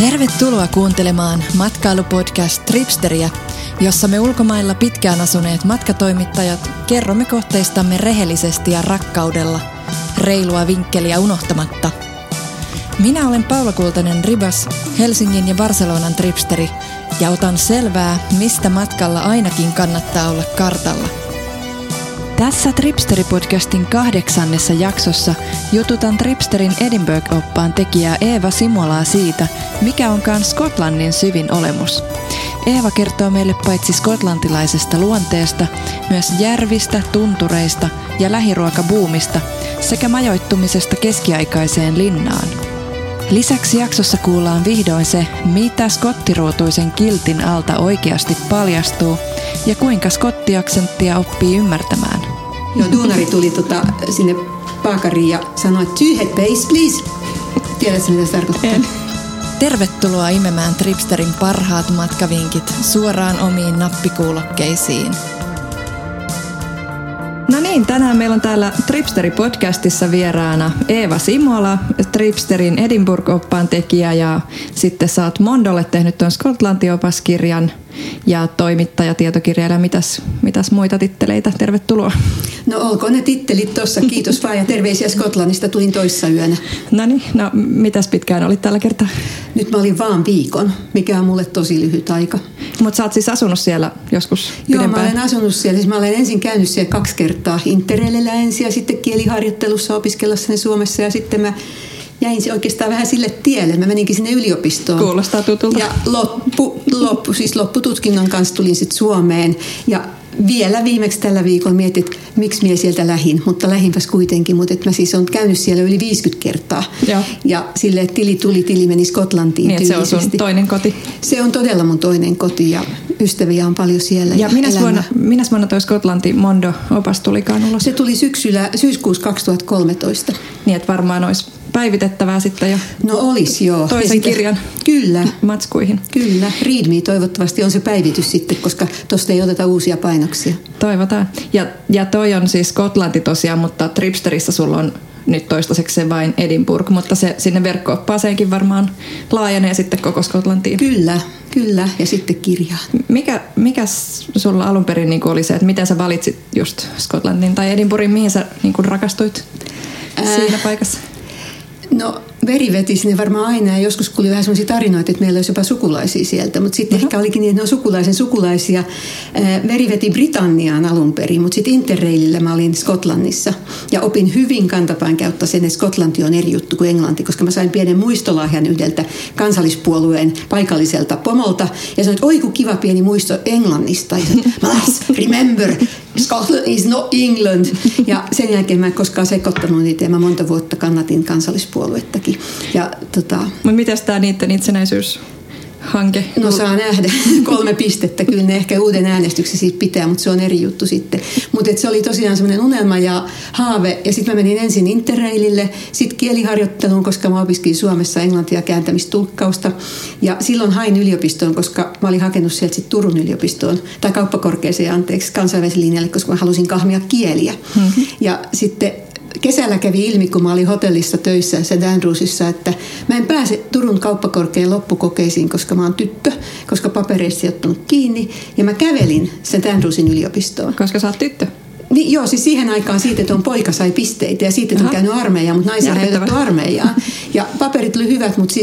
Tervetuloa kuuntelemaan matkailupodcast Tripsteriä, jossa me ulkomailla pitkään asuneet matkatoimittajat kerromme kohteistamme rehellisesti ja rakkaudella, reilua vinkkeliä unohtamatta. Minä olen Paula Kultanen-Ribas, Helsingin ja Barcelonan tripsteri, ja otan selvää, mistä matkalla ainakin kannattaa olla kartalla. Tässä Tripsteri-podcastin 8. jaksossa jututan Tripsterin Edinburgh-oppaan tekijää Eeva Simolaa siitä, mikä onkaan Skotlannin syvin olemus. Eeva kertoo meille paitsi skotlantilaisesta luonteesta, myös järvistä, tuntureista ja lähiruokabuumista sekä majoittumisesta keskiaikaiseen linnaan. Lisäksi jaksossa kuullaan vihdoin se, mitä skottiruutuisen kiltin alta oikeasti paljastuu ja kuinka skottiaksenttia oppii ymmärtämään. Joo, duunari tuli sinne paakariin ja sanoi, että 2 head base, please. Tiedätkö, mitä se tarkoittaa? En. Tervetuloa imemään Tripsterin parhaat matkavinkit suoraan omiin nappikuulokkeisiin. No niin, tänään meillä on täällä Tripsteri-podcastissa vieraana Eeva Simola, Tripsterin Edinburgh-oppaan tekijä, ja sitten sä oot Mondolle tehnyt tuon Skotlanti-opaskirjan ja toimittaja, tietokirjailija. Mitäs muita titteleitä? Tervetuloa. No olkoon ne tittelit tuossa. Kiitos vaan ja terveisiä Skotlannista. Tulin toissa yönä. No mitäs pitkään olit tällä kertaa? Nyt mä olin vaan viikon, mikä on mulle tosi lyhyt aika. Mutta sä oot siis asunut siellä joskus pidempään? Joo, mä olen asunut siellä. Siis mä olen ensin käynyt siellä 2 kertaa Interrailillä ensin ja sitten kieliharjoittelussa opiskellessani Suomessa ja sitten mä jäin oikeastaan vähän sille tielle. Mä meninkin sinne yliopistoon. Kuulostaa tutulta. Ja loppututkinnon kanssa tulin sitten Suomeen. Ja vielä viimeksi tällä viikolla mietin, että miksi minä sieltä lähin. Mutta lähinpäs kuitenkin. Mutta mä siis olen käynyt siellä yli 50 kertaa. Joo. Ja silleen tili meni Skotlantiin. Niin, se on sun toinen koti. Se on todella mun toinen koti ja ystäviä on paljon siellä. Ja minä vuonna toi Skotlanti Mondo-opas tulikaan ulos? Se tuli syyskuussa 2013. Niin, että varmaan olisi päivitettävää sitten jo. No olisi joo. Toisen kirjan kyllä. Matskuihin. Kyllä. Read Me toivottavasti on se päivitys sitten, koska tosta ei oteta uusia painoksia. Toivotaan. Ja toi on siis Skotlanti tosiaan, mutta Tripsterissä sulla on nyt toistaiseksi se vain Edinburgh, mutta se sinne verkko-oppaaseenkin varmaan laajenee sitten koko Skotlantiin. Kyllä. Ja sitten kirjaa. Mikä sulla alun perin niin oli se, että miten sä valitsit just Skotlantin tai Edinburghin, mihin sä niin rakastuit siinä paikassa? No veri veti sinne varmaan aina ja joskus kuuli vähän sellaisia tarinoita, että meillä olisi jopa sukulaisia sieltä, mutta sitten ehkä olikin niin, että ne on sukulaisia. Veri veti Britanniaan alun perin, mutta sitten Interrailillä mä olin Skotlannissa ja opin hyvin kantapään kautta sen, että Skotlanti on eri juttu kuin Englanti, koska mä sain pienen muistolahjan yhdeltä kansallispuolueen paikalliselta pomolta ja sanoin, että oi kun kiva pieni muisto Englannista. Ja sanoin, remember, Scotland is not England. Ja sen jälkeen mä en koskaan sekoittanut niitä ja mä monta vuotta kannatin kansallispuoluettakin. Mutta mitäs tämä niiden itsenäisyyshanke? No saa nähdä. 3 pistettä. Kyllä ne ehkä uuden äänestyksen siitä pitää, mutta se on eri juttu sitten. Mutta se oli tosiaan semmoinen unelma ja haave. Ja sitten mä menin ensin Interrailille, sitten kieliharjoitteluun, koska mä opiskelin Suomessa englantia kääntämistulkkausta. Ja silloin hain yliopistoon, koska mä olin hakenut sieltä sitten Turun yliopistoon, tai kauppakorkeeseen, kansainvälisen linjalle, koska mä halusin kahmia kieliä. Mm-hmm. Ja sitten kesällä kävi ilmi, kun mä olin hotellissa töissä St. Andrewsissa, että mä en pääse Turun kauppakorkean loppukokeisiin, koska mä oon tyttö, koska papereista ei ottanut kiinni. Ja mä kävelin St. Andrewsin yliopistoon. Koska sä oot tyttö? Niin, joo, siis siihen aikaan siitä, että on poika sai pisteitä ja siitä, että on käynyt armeijaa, mutta naisia ei otettu armeijaa. Ja paperit oli hyvät, mutta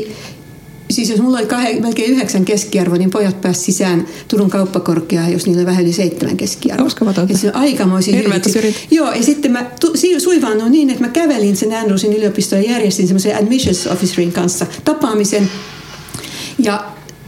siis jos mulla oli melkein 9 keskiarvo, niin pojat pääsivät sisään Turun kauppakorkeaan, jos niillä oli vähän yli 7 keskiarvo. Uskomatonta. Ja se on aikamoisia Joo, ja sitten mä suivaannuin niin, että mä kävelin sen Andrewsin yliopistoon ja järjestin semmoisen admissions officerin kanssa tapaamisen. Ja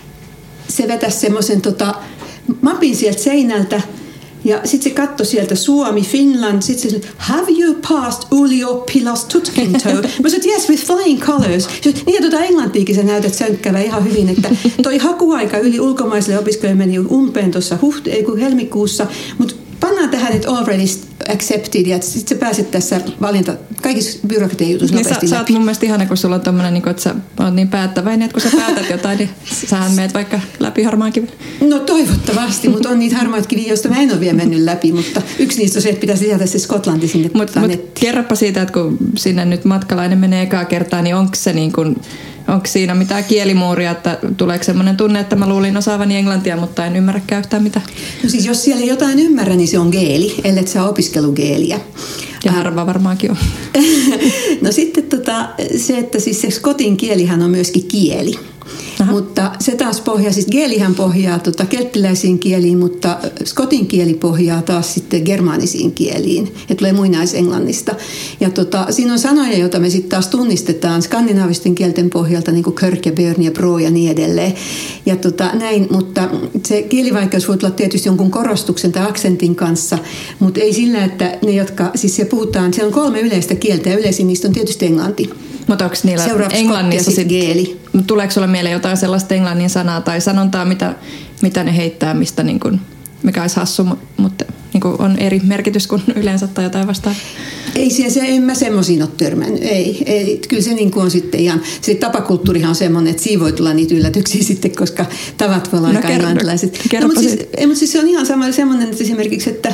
se vetäisi semmoisen mapin sieltä seinältä. Ja sitten se katsoi sieltä Suomi, Finland. Sitten se sanoi, have you passed Yliopilas tutkinto? Mä sanoin, yes, with flying colors. Niin ja englantiikin sä näytät sönkkäävän ihan hyvin, että toi hakuaika yli ulkomaisille opiskelijoille meni umpeen tuossa helmikuussa. Mutta pannaan tähän, että already accepted, ja sitten sä pääset tässä kaikissa byrokratian jutuissa niin nopeasti sä oot mun mielestä ihana, kun sulla on tommonen, niin että sä oot niin päättäväinen, että kun sä päätät jotain, niin sähän meet vaikka läpi harmaan kiven. No toivottavasti, mutta on niitä harmaita kiviä, joista mä en ole vielä mennyt läpi, mutta yksi niistä on se, että pitäisi lisätä se Skotlanti sinne. Mutta kerropa siitä, että kun sinne nyt matkalainen menee ekaa kertaa, niin onko onko siinä mitään kielimuuria, että tuleeko semmoinen tunne, että mä luulin osaavani englantia, mutta en ymmärräkään yhtään mitään? No siis jos siellä jotain ymmärrä, niin se on geeli, ellei saa opiskelugeeliä. Ja harva varmaankin on. No sitten se, että siis se skotin kielihän on myöskin kieli. Aha. Mutta se taas pohjaa, siis geelihän pohjaa kelttiläisiin kieliin, mutta skotin kieli pohjaa taas sitten germaanisiin kieliin. Ja tulee muinaisenglannista. Ja siinä on sanoja, joita me sitten taas tunnistetaan skandinaavisten kielten pohjalta, niin kuin körk ja björn ja bro ja niin edelleen. Ja näin, mutta se kielivaikeus voi tulla tietysti jonkun korostuksen tai aksentin kanssa, mutta ei sillä, että ne, jotka, siis se puhutaan, siellä on 3 yleistä kieltä ja yleisin niistä on tietysti englanti. Mutta onko niillä englannissa geeli? Tuleeko sulle mieleen jotain sellaista englannin sanaa tai sanontaa, mitä ne heittää, mistä niin kun, mikä olisi hassu, mutta niin kun on eri merkitys kuin yleensä tai jotain vastaan? En mä semmoisiin ole törmännyt. Ei. Kyllä se niin kuin on sitten ihan, se tapakulttuurihan on semmoinen, että siinä voi tulla niitä yllätyksiä sitten, koska tavat voi olla aika englantilaiset. Mutta siis se on ihan semmoinen, että esimerkiksi, että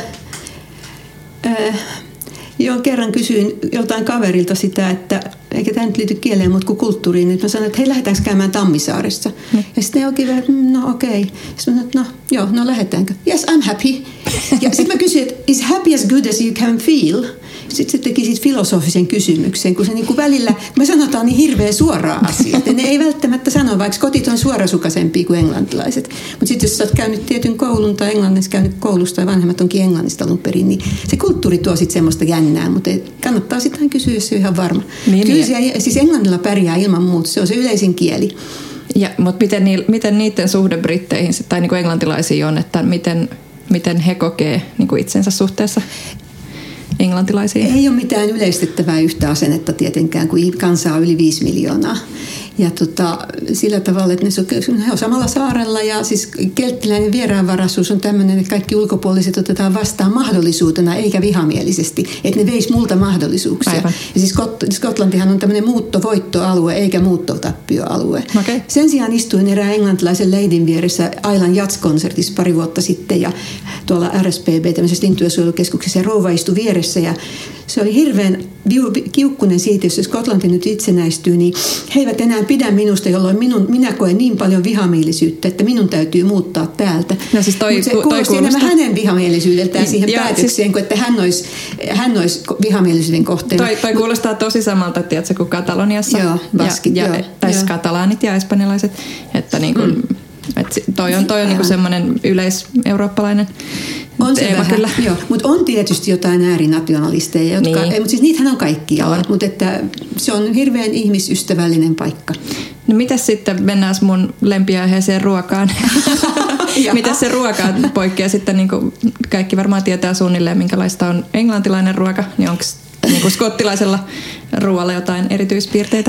kerran kysyin joltain kaverilta sitä, että eikä tämä nyt liity kieleen, mutta kuin kulttuuriin, että mä sanoin, että hei, lähdetäänkö käymään Tammisaaressa? Ja sitten ne onkin vähän, että no okei. Sitten mä sanoin, että no lähdetäänkö? Yes, I'm happy. Ja sitten mä kysyin, että is happy as good as you can feel? Sitten se teki siitä filosofisen kysymyksen, kun se niin kuin välillä, me sanotaan niin hirveän suoraan asiat. Ja ne ei välttämättä sano, vaikka kotit on suorasukaisempia kuin englantilaiset. Mutta sitten jos sä oot käynyt tietyn koulun tai englannissa käynyt koulusta ja vanhemmat onkin englannista alun perin, niin se kulttuuri tuo sitten semmoista jännää, mutta kannattaa sitten kysyä, jos se on ihan varma. Kyllä siis englannilla pärjää ilman muuta, se on se yleisin kieli. Mutta miten niiden suhde britteihin tai niin kuin englantilaisiin on, että miten he kokee niin kuin itsensä suhteessa englantilaisiin? Ei ole mitään yleistettävää yhtä asennetta tietenkään, kun kansaa on yli 5 miljoonaa. Ja sillä tavalla, että ne on samalla saarella ja siis kelttiläinen vieraanvaraisuus on tämmöinen, että kaikki ulkopuoliset otetaan vastaan mahdollisuutena eikä vihamielisesti, että ne veisi multa mahdollisuuksia. Aivan. Ja siis Skotlantihan on tämmöinen muuttovoittoalue eikä muuttotappioalue. Okay. Sen sijaan istuin erään englantilaisen leidin vieressä Ailan Jats-konsertissa pari vuotta sitten ja tuolla RSPB, tämmöisessä lintujensuojelukeskuksessa, ja rouva istui vieressä ja se oli hirveän kiukkunen siitä, jos Skotlanti nyt itsenäistyy, niin he eivät enää pidä minusta, jolloin minä koen niin paljon vihamielisyyttä, että minun täytyy muuttaa täältä. No siis toi kuulosti enemmän hänen vihamielisyydeltään siihen päätökseen, kuin että hän olisi vihamielisyyden kohteena. Toi kuulostaa tosi samalta, tiedätkö, kuin Kataloniassa. Joo, baskit. Tai katalaanit ja espanjalaiset. Että niin kuin, toi on niin kuin semmoinen yleiseurooppalainen on se vähän, kyllä. Joo, mutta on tietysti jotain äärinationalisteja, jotka, niin. Mutta siis niitähän on kaikkialla, mutta että se on hirveän ihmisystävällinen paikka. No mitäs sitten, mennään mun lempiaiheeseen ruokaan. Mitäs se ruoka poikkeaa sitten, niin kuin kaikki varmaan tietää suunnilleen, minkälaista on englantilainen ruoka, niin onko niin kuin skottilaisella ruoalla jotain erityispiirteitä?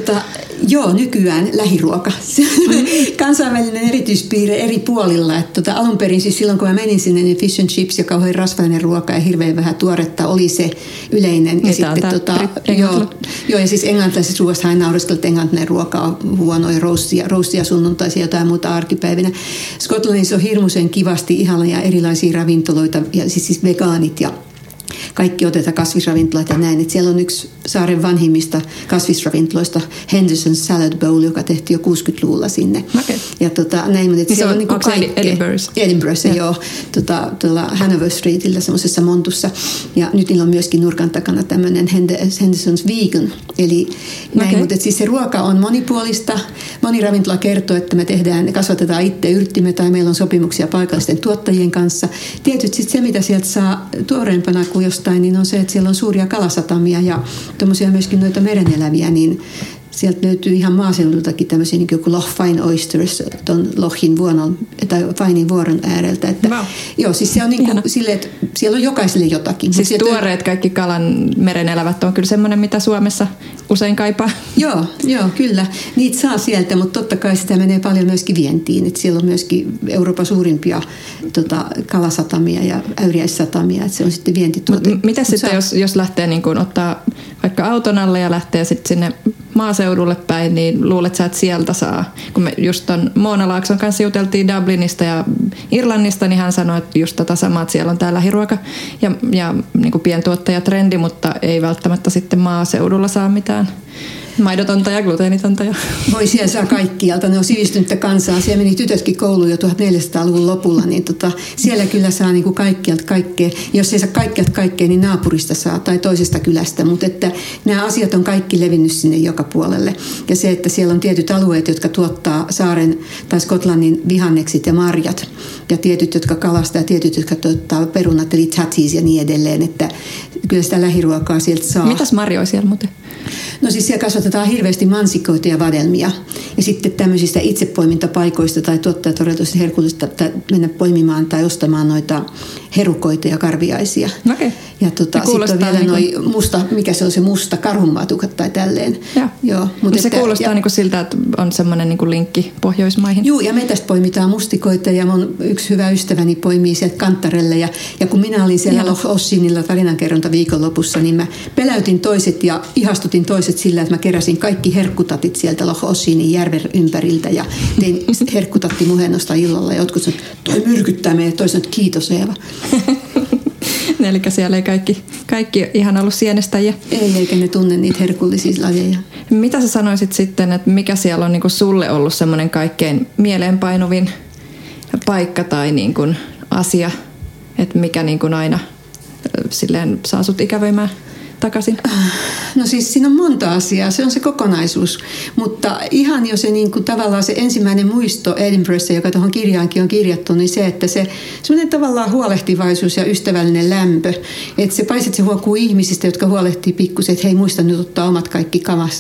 Joo, nykyään lähiruoka. Kansainvälinen erityispiirre eri puolilla. Että alun perin siis silloin, kun mä menin sinne, niin fish and chips ja kauhean rasvainen ruoka ja hirveän vähän tuoretta oli se yleinen. Ja sitten, ja siis englantilaisessa ruoasta aina naureskeltiin, että englantilainen ruoka on huonoja, roastia sunnuntaisia ja jotain muuta arkipäivinä. Skotlannissa on hirmuisen kivasti ihania erilaisia ravintoloita, ja siis vegaanit ja kaikki otetaan kasvisravintolat ja näin. Et siellä on yksi saaren vanhimmista kasvisravintoloista, Henderson Salad Bowl, joka tehtiin jo 60-luvulla sinne. Okay. Ja näin, mutta siellä on niinku kaikkea. Edinburghissa, joo. Tuolla Hanover Streetillä semmoisessa montussa. Ja nyt niillä on myöskin nurkan takana tämmöinen Henderson's Vegan. Eli näin, mutta siis se ruoka on monipuolista. Moni ravintola kertoo, että me kasvatetaan itse yrttimme tai meillä on sopimuksia paikallisten tuottajien kanssa. Tietysti se, mitä sieltä saa tuoreempana kuin jostain, niin on se, että siellä on suuria kalasatamia ja tuommoisia myöskin noita mereneläviä, niin sieltä löytyy ihan maaseudultakin tämmöisiä niin kuin Loch Fyne Oysters tuon Lochin vuonon, tai Fynein vuoron ääreltä. Että, wow. Joo, siis se on niin kuin silleen, että siellä on jokaiselle jotakin. Siis tuoreet kaikki kalan merenelävät on kyllä semmoinen, mitä Suomessa usein kaipaa. Joo, kyllä. Niitä saa sieltä, mutta totta kai sitä menee paljon myöskin vientiin. Että siellä on myöskin Euroopan suurimpia kalasatamia ja äyriäissatamia, että se on sitten vientituote. Mitä sitten, jos lähtee niin kuin ottaa vaikka auton alle ja lähtee sitten sinne maaseudulle päin, niin luulet sä, että sieltä saa? Kun me just ton Moona Laakson kanssa juteltiin Dublinista ja Irlannista, niin hän sanoi, että just samaa, että siellä on tää lähiruoka ja niin kuin pientuottajatrendi, mutta ei välttämättä sitten maaseudulla saa mitään Maidotonta ja gluteenitonta. Voi siellä saa kaikkialta. Ne on sivistynyttä kansaa. Siellä meni tytötkin kouluun jo 1400-luvun lopulla. Niin siellä kyllä saa niin kuin kaikkialta kaikkea. Jos ei saa kaikkialta kaikkea, niin naapurista saa tai toisesta kylästä. Mutta että nämä asiat on kaikki levinnyt sinne joka puolelle. Ja se, että siellä on tietyt alueet, jotka tuottaa saaren tai Skotlannin vihanneksit ja marjat. Ja tietyt, jotka kalastaa ja tietyt, jotka tuottaa perunat, eli tatties ja niin edelleen. Että kyllä sitä lähiruokaa sieltä saa. Mitäs marjoja siellä muuten? No siis siellä kasvatetaan hirveästi mansikoita ja vadelmia. Ja sitten tämmöisistä itsepoimintapaikoista tai tuottajatoretuista herkullista mennä poimimaan tai ostamaan noita herukoita ja karviaisia. Okei. Ja sitten on vielä mikä se on se musta, karhunmaatukat tai tälleen. Joo, mutta se kuulostaa niinku siltä, että on semmoinen niinku linkki Pohjoismaihin. Joo, ja metästä poimitaan mustikoita ja mun yksi hyvä ystäväni poimii sieltä Kantarelle. Ja kun minä olin siellä Loch Ossinilla tarinankerronta viikonlopussa, niin mä peläytin toiset ja ihastutin toiset sillä, että mä keräsin kaikki herkkutatit sieltä Loch Ossinin järven ympäriltä ja tein herkkutatti-muhennosta illalla. Ja jotkut sanoivat, toi myrkyttää meille, toiset sanoivat, kiitos Eeva. Eli siellä ei kaikki ihan ollut sienestäjiä. Ei, eikä ne tunne niitä herkullisia lajeja. Mitä sä sanoisit sitten, että mikä siellä on niinku sulle ollut semmoinen kaikkein mieleenpainuvin paikka tai niinku asia, että mikä niinku aina silleen saa sut ikävöimään takaisin? No siis siinä on monta asiaa, se on se kokonaisuus, mutta ihan jo se niin kuin tavallaan se ensimmäinen muisto Edinburghissa, joka tuohon kirjaankin on kirjattu, niin se, että se semmoinen tavallaan huolehtivaisuus ja ystävällinen lämpö, että se paiset se huokuu ihmisistä, jotka huolehtii pikkusen, että hei muista nyt ottaa omat kaikki kamas,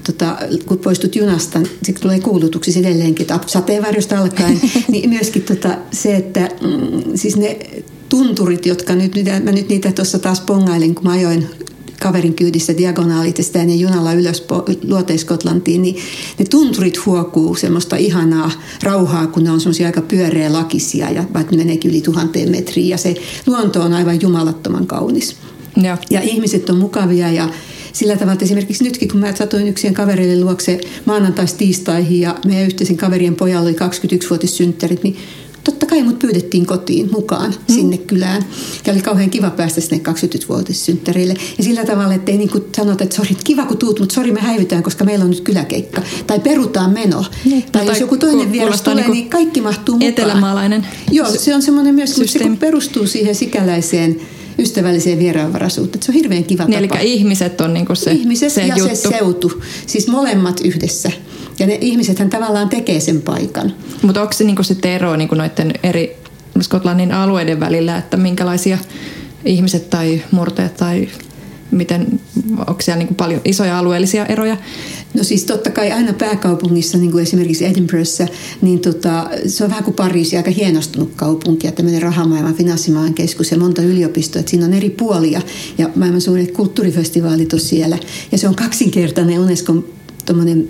kun poistut junasta, se tulee kuulutuksi edelleenkin, että sateenvarjosta alkaen, niin myöskin se, että siis ne tunturit, jotka mä nyt niitä tuossa taas pongailin, kun mä ajoin kaverin kyydissä diagonaalisesti ja junalla ylös Luoteis-Skotlantiin, niin ne tunturit huokuu semmoista ihanaa rauhaa, kun ne on semmoisia aika pyöreälakisia ja vaikka ne meneekin yli 1000 metriä ja se luonto on aivan jumalattoman kaunis. Ja ihmiset on mukavia ja sillä tavalla, että esimerkiksi nytkin, kun mä satuin yksien kavereille luokse maanantais-tiistaihin ja meidän yhteisen kaverien pojalla oli 21-vuotissynttärit, niin totta kai mut pyydettiin kotiin mukaan sinne kylään. Ja oli kauhean kiva päästä sinne 21-vuotissynttärille. Ja sillä tavalla, että ei niin kuin sanota, että sori, kiva kun tuut, mutta sori me häivytään, koska meillä on nyt kyläkeikka. Tai perutaan meno. Tai jos joku toinen vieras tulee, niin kaikki mahtuu mukaan. Etelämaalainen. Joo, se on semmoinen myös, se kun perustuu sikäläiseen ystävälliseen vieraanvaraisuuteen. Se on hirveän kiva tapa. Eli ihmiset on niinku se ihmiset se ja juttu. Se seutu. Siis molemmat yhdessä. Ja ne ihmisethän tavallaan tekee sen paikan. Mutta onko se niinku sitten eroa niinku noiden eri Skotlannin alueiden välillä, että minkälaisia ihmiset tai murteet tai miten, onko siellä niinku paljon isoja alueellisia eroja? No siis totta kai aina pääkaupungissa, niin kuin esimerkiksi Edinburghissa, niin se on vähän kuin Pariisi, aika hienostunut kaupunki ja tämmöinen rahamaailman, finanssimaailman keskus ja monta yliopistoa, että siinä on eri puolia ja maailman suuret kulttuurifestivaalit on siellä ja se on kaksinkertainen Unescon tommoinen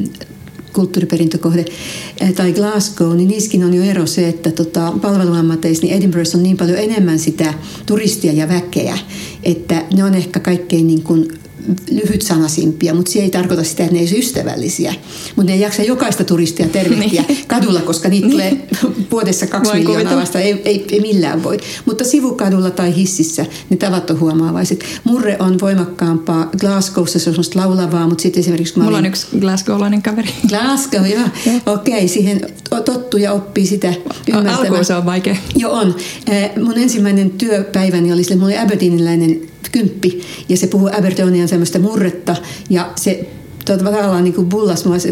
kulttuuriperintökohde tai Glasgow, niin niissäkin on jo ero se, että palveluammateissa niin Edinburghissa on niin paljon enemmän sitä turistia ja väkeä, että ne on ehkä kaikkein niin kuin lyhytsanaisimpia, mutta se ei tarkoita sitä, että ne ei ole ystävällisiä. Mutta ne ei jaksa jokaista turistia tervehtiä kadulla, koska niitä tulee vuodessa 2 miljoonaa vasta. Ei millään voi. Mutta sivukadulla tai hississä ne tavat on huomaavaiset. Murre on voimakkaampaa. Glasgowssa se on semmoista laulavaa, mutta sitten esimerkiksi... Mulla on yksi glasgowlainen kaveri. Glasgow, joo. Okei, siihen tottuu ja oppii sitä ymmärtämään. Alkuun se on vaikea. Joo, on. Mun ensimmäinen työpäiväni oli sille, mulla oli Aberdeeniläinen kymppi, ja se puhui Aberdeenian semmoista murretta, ja se tavallaan niin kuin bullas mua,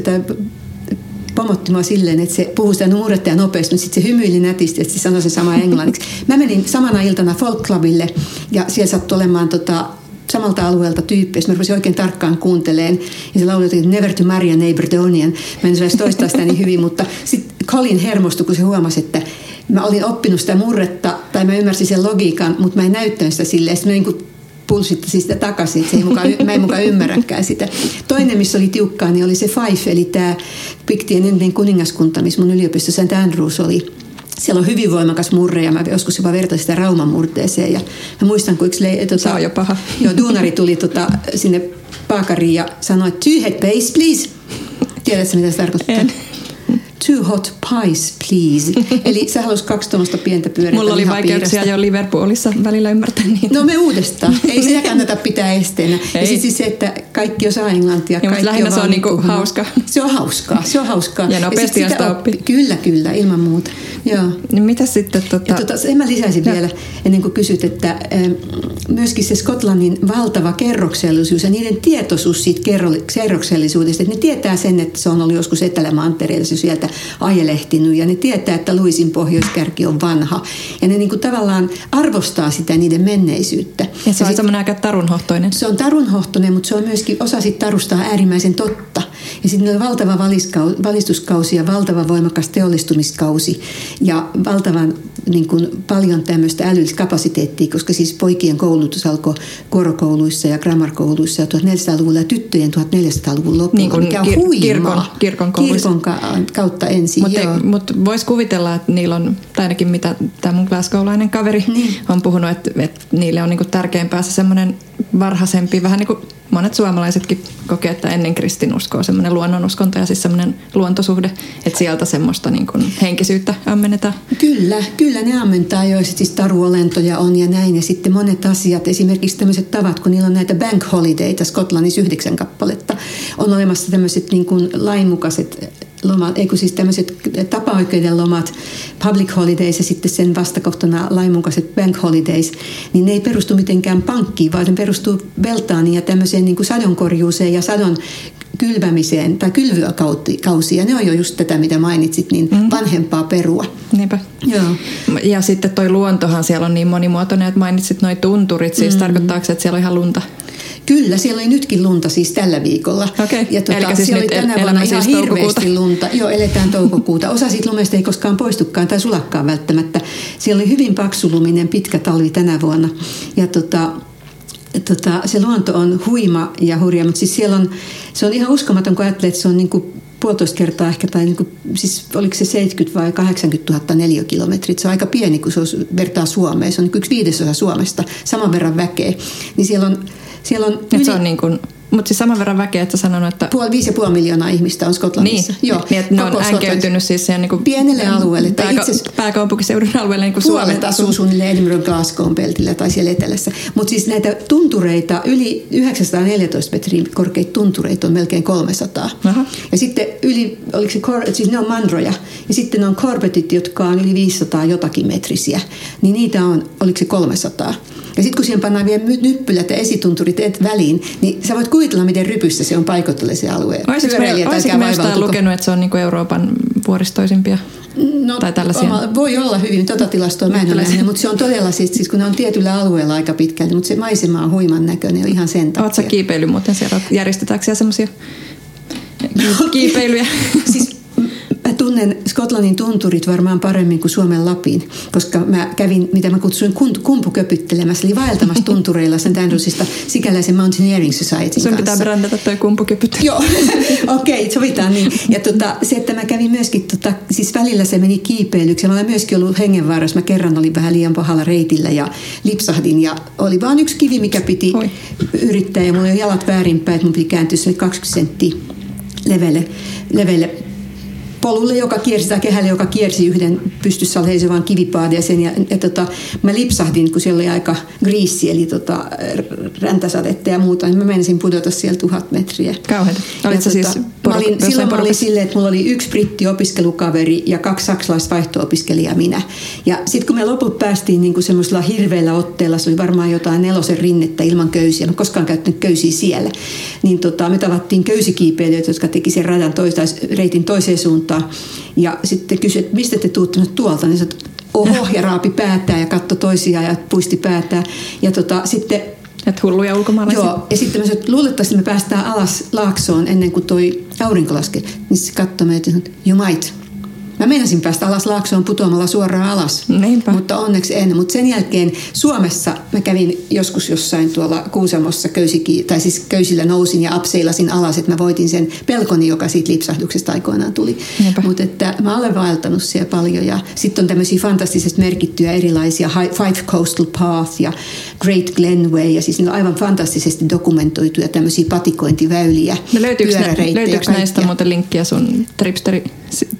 pomotti mua silleen, että se puhui sitä murretta ja nopeasti, mutta sitten se hymyili nätisti, että se sanoi sen sama englanniksi. Mä menin samana iltana Folk Clubille, ja siellä sattui olemaan samalta alueelta tyyppiä, mä rupesin oikein tarkkaan kuuntelemaan, ja se lauli jotenkin Never to marry an Aberdonian. Mä en saisi toistaa sitä niin hyvin, mutta sitten Colin hermostui, kun se huomasi, että mä olin oppinut sitä murretta, tai mä ymmärsin sen logiikan, mutta mä en näyttänyt sitä silleen, sitten mä niin kuin pulssittasin sitä takaisin, että mä en mukaan ymmärräkään sitä. Toinen, missä oli tiukkaa, niin oli se Fife, eli tämä Piktien entinen kuningaskunta, missä mun yliopisto St. Andrews oli. Siellä on hyvin voimakas murre ja mä joskus jopa vertaisin sitä Rauman murteeseen. Ja mä muistan, kun yksi se on jo paha. Joo, duunari tuli sinne paakariin ja sanoi, 2 head base, please. Tiedätkö, mitä se tarkoittaa? 2 2 hot pies, please. Eli sä haluaisit 2 tuommoista pientä pyöreitä. Mulla oli vaikeuksia jo Liverpoolissa välillä ymmärtää niitä. No me uudestaan. Ei sitä kannata pitää esteenä. Ja siis se, että kaikki osaa englantia. Ja mutta lähinnä se on niinku hauska. Se on hauskaa. Ja nopeasti ja sitä oppii. Kyllä, ilman muuta. Joo. No mitä sitten? Sen mä lisäisin vielä, ennen kuin kysyt, että myöskin se Skotlannin valtava kerroksellisuus ja niiden tietoisuus siitä kerroksellisuudesta, että ne tietää sen, että se on ollut joskus Etelämantereella, se sieltä ajelehtinut, ja ne tietää, että Louisin pohjoiskärki on vanha. Ja ne niin kuin tavallaan arvostaa sitä niiden menneisyyttä. Ja se on semmoinen aika tarunhohtoinen. Se on tarunhohtoinen, mutta se on myöskin osa siitä tarusta äärimmäisen totta. Ja sitten on valtava valistuskausi ja valtava voimakas teollistumiskausi ja valtavan niin kuin, paljon tämmöistä älyllistä kapasiteettia, koska siis poikien koulutus alkoi kuorokouluissa ja grammarkouluissa ja 1400-luvulla ja tyttöjen 1400-luvun lopulla, niin kuin mikä on huimaa. Kirkon kautta ensin. Mutta voisi kuvitella, että niillä on, tai ainakin mitä tämä mun glasgowlainen kaveri on puhunut, että niille on niinku tärkeämpää se semmoinen varhaisempi, vähän niin kuin monet suomalaisetkin kokee, että ennen kristinuskoa on semmoinen luonnonuskonto ja siis semmoinen luontosuhde, että sieltä semmoista niin kuin henkisyyttä ammennetaan. Kyllä ne ammentaa jo, siis taruolentoja on ja näin, ja sitten monet asiat, esimerkiksi tämmöiset tavat, kun niillä on näitä bank holidayta, Skotlannissa 9 kappaletta, on olemassa tämmöiset niin kuin lainmukaiset lomat, siis tämmöiset tapaoikeuden lomat, public holidays ja sitten sen vastakohtana lainmukaiset bank holidays, niin ne ei perustu mitenkään pankkiin, vaan ne perustuu veltaan ja tämmöiseen niin kuin sadonkorjuuseen ja sadon kylvämiseen tai kylvyökausia. Ja ne on jo just tätä, mitä mainitsit, niin vanhempaa perua. Niinpä. Joo. Ja sitten toi luontohan siellä on niin monimuotoinen, että mainitsit noi tunturit, siis tarkoittaako se, että siellä on ihan lunta? Kyllä, siellä oli nytkin lunta siis tällä viikolla. Okay. Ja siis siellä oli tänä vuonna ihan hirveästi lunta. Joo, eletään toukokuuta. Osa siitä lumesta ei koskaan poistukaan tai sulakkaan välttämättä. Siellä oli hyvin paksuluminen pitkä talvi tänä vuonna. Ja se luonto on huima ja hurja, mutta siis siellä se on ihan uskomaton, kun ajattelee, että se on niin kuin 1,5 kertaa ehkä, tai niin kuin, siis oliko se 70 vai 80 000 neliökilometriä. Se on aika pieni, kun se vertaa Suomeen. Se on niin 1/5 Suomesta, saman verran väkeä. Niin siellä on se on niin kuin, mutta siis saman verran väkeä, että sanonut, että 5,5 miljoonaa ihmistä on Skotlannissa. Niin, joo, niin että ne on änkeytynyt siis siihen niin kuin pienelle alueelle. Pääkaupunkiseudun alueelle niin kuin Suomen. Puolet asuu suunnilleen Edinburgh Glasgown peltillä tai siellä etelässä. Mutta siis näitä tuntureita, yli 914 metriä korkeita tuntureita on melkein 300. Aha. Ja sitten siis ne on mandroja. Ja sitten on corbetit, jotka on yli 500 jotakin metrisiä. Niin niitä on, oliko se 300. Ja sitten kun siihen pannaan vielä nyppylät ja esitunturit väliin, niin sä voit kuvitella, miten rypyssä se on paikoitelle se alue. Olisiko mä jostain lukenut, että se on niin kuin Euroopan vuoristoisimpia? No, tai voi olla hyvin, tilastoa mä en ole nähnyt, mutta se on todella siis kun ne on tietyllä alueella aika pitkälti, mutta se maisema on huiman näköinen ihan sen takia. Oletko sä kiipeily muuten siellä? Järjestetäänkö siellä semmoisia kiipeilyjä? Siis mä tunnen Skotlannin tunturit varmaan paremmin kuin Suomen Lapin, koska mä kävin, mitä mä kutsuin kumpuköpyttelemässä, eli vaeltamassa tuntureilla St. Andrewsista sikäläisen Mountaineering Societyn kanssa. Sun pitää brändätä toi kumpuköpyttely. Joo, okei, sovitaan niin. Ja se, että mä kävin myöskin, siis välillä se meni kiipeilyksi, ja mä olen myöskin ollut hengenvaarassa. Mä kerran olin vähän liian pahalla reitillä ja lipsahdin, ja oli vaan yksi kivi, mikä piti yrittää, ja mulla oli jalat väärinpäin, että mun piti kääntyä 20 senttiä leveille polulle, joka kiersi, tai kehälle, joka kiersi yhden pystyssä leisevan kivipaadeen. Ja mä lipsahdin, kun siellä oli aika griisi, eli räntäsadetta ja muuta, niin mä menisin pudota siellä 1000 metriä. Kauheeta. Olitko siis silloin mä olin silleen, että mulla oli 1 britti-opiskelukaveri ja 2 saksalaista vaihto-opiskelijaa minä. Ja sitten kun me loput päästiin niin kuin semmoisella hirveällä otteella, se oli varmaan jotain 4 rinnettä ilman köysiä, mä koskaan käyttänyt köysiä siellä, niin me tavattiin köysikiipeilijöitä, jotka teki sen reitin toiseen suuntaan. Ja sitten kysyi, että mistä te tuutte nyt tuolta, niin sanoin, oho, ja raapi päätään ja katsoi toisiaan ja puisti päätään. Ja sitten että hulluja ulkomaalaisia. Joo, ja sitten mä sanoin, että luulettavasti me päästään alas laaksoon ennen kuin toi aurinko laskee. Niin se katsoi meitä, että you might. Mä meinasin päästä alas laaksoon putoamalla suoraan alas, mutta onneksi en. Mutta sen jälkeen Suomessa mä kävin joskus jossain tuolla Kuusamossa köysillä nousin ja apseilasin alas, että mä voitin sen pelkoni, joka siitä lipsahduksesta aikoinaan tuli. Mutta että mä olen vaeltanut siellä paljon ja sitten on tämmöisiä fantastisesti merkittyjä erilaisia Five Coastal Path ja Great Glenway ja siis ne on aivan fantastisesti dokumentoituja tämmöisiä patikointiväyliä, pyöräreittejä. Löytyykö näistä muuten linkkiä sun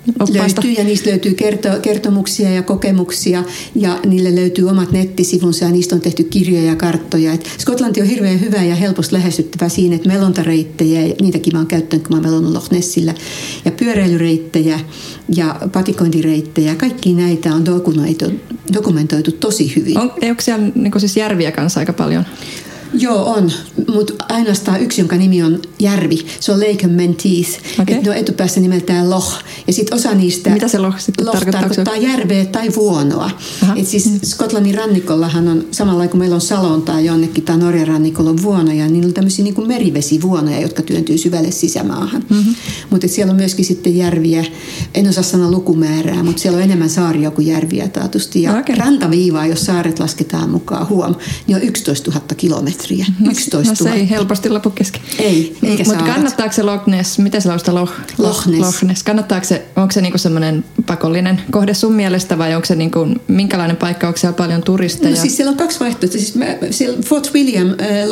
oppaista? Löytyy, ja niistä löytyy kertomuksia ja kokemuksia, ja niille löytyy omat nettisivunsa, ja niistä on tehty kirjoja ja karttoja. Et Skotlanti on hirveän hyvä ja helposti lähestyttävä siinä, että melontareittejä, niitäkin mä oon käyttänyt, kun mä oon melonnut Loch Nessillä, ja pyöräilyreittejä ja patikointireittejä, kaikki näitä on dokumentoitu tosi hyvin. Onko siellä niin siis järviä kanssa aika paljon? Joo, on, mutta ainoastaan yksi, jonka nimi on järvi. Se on Lake Menteith. Okay. Ne on etupäässä nimeltään Loch. Ja sitten osa niistä... Mitä se Loch sitten tarkoittaa? Järveä tai vuonoa. Et siis Skotlannin rannikollahan on, samalla kuin meillä on Salon tai jonnekin tai Norjan rannikolla on vuonoja, niin on tämmöisiä niin kuin merivesivuonoja, jotka työntyy syvälle sisämaahan. Mm-hmm. Mutta siellä on myöskin sitten järviä. En osaa sanoa lukumäärää, mutta siellä on enemmän saaria kuin järviä taatusti. Ja rantaviivaa, jos saaret lasketaan mukaan, niin on 11 000 kilometriä. 11 000. No se ei helposti lopu kesken. Ei, eikä mutta kannattaako se Loch Ness, miten se laustaa Loch Ness? Kannattaako se, onko se niinku semmoinen pakollinen kohde sun mielestä vai onko se niinku, minkälainen paikka, onko siellä paljon turisteja? No siis siellä on kaksi vaihtoehtoa. Siis siellä Fort William,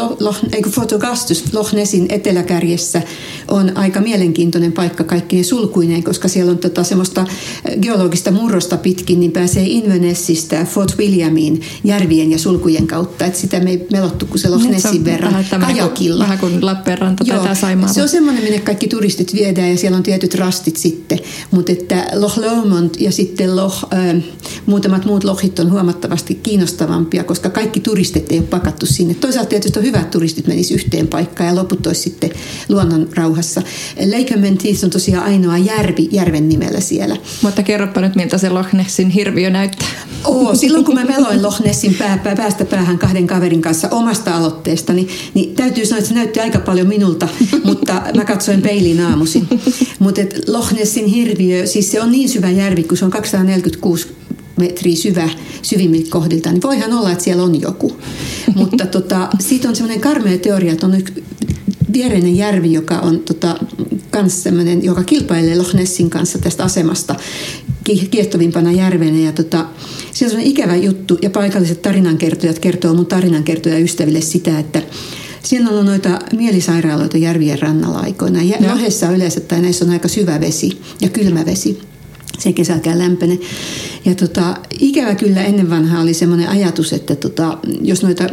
Fort Augustus Loch Nessin eteläkärjessä on aika mielenkiintoinen paikka kaikkien sulkuineen, koska siellä on semmoista geologista murrosta pitkin, niin pääsee Invernessistä Fort Williamiin järvien ja sulkujen kautta. Et sitä me ei melottu, kun se Loch Nessin verran kajakilla. Vähän kuin Lappeenranta tai tämä Saimaa. Se on semmoinen, minne kaikki turistit viedään ja siellä on tietyt rastit sitten. Mutta että Loch Lomond ja sitten muutamat muut lohit on huomattavasti kiinnostavampia, koska kaikki turistit ei ole pakattu sinne. Toisaalta tietysti on hyvä, että turistit menisivät yhteen paikkaan ja loput olisi sitten luonnon rauhassa. Lake Menteith on tosiaan ainoa järven nimellä siellä. Mutta kerropa nyt, miltä se Loch Nessin hirviö näyttää. Silloin kun mä meloin Loch Nessin päästä päähän kahden kaverin kanssa omasta aloitteestani, niin täytyy sanoa, että se näytti aika paljon minulta, mutta mä katsoin peiliin aamuisin. Mutta Loch Nessin hirviö, siis se on niin syvä järvi, kun se on 246 metriä syvimmiltä kohdilta, niin voihan olla, että siellä on joku. Mutta siitä on semmoinen karmea teoria, että on yksi viereinen järvi, joka on kans semmoinen, joka kilpailee Loch Nessin kanssa tästä asemasta kiehtovimpana järvenä. Ja siellä on semmoinen ikävä juttu, ja paikalliset tarinankertojat kertoo mun tarinankertojaystäville sitä, että siellä on noita mielisairaaloita järvien rannalla aikoina. Lohessa yleensä tai näissä on aika syvä vesi ja kylmä vesi. Se ei kesälläkään lämpene. Ja ikävä kyllä ennen vanhaa oli semmoinen ajatus, että jos noita,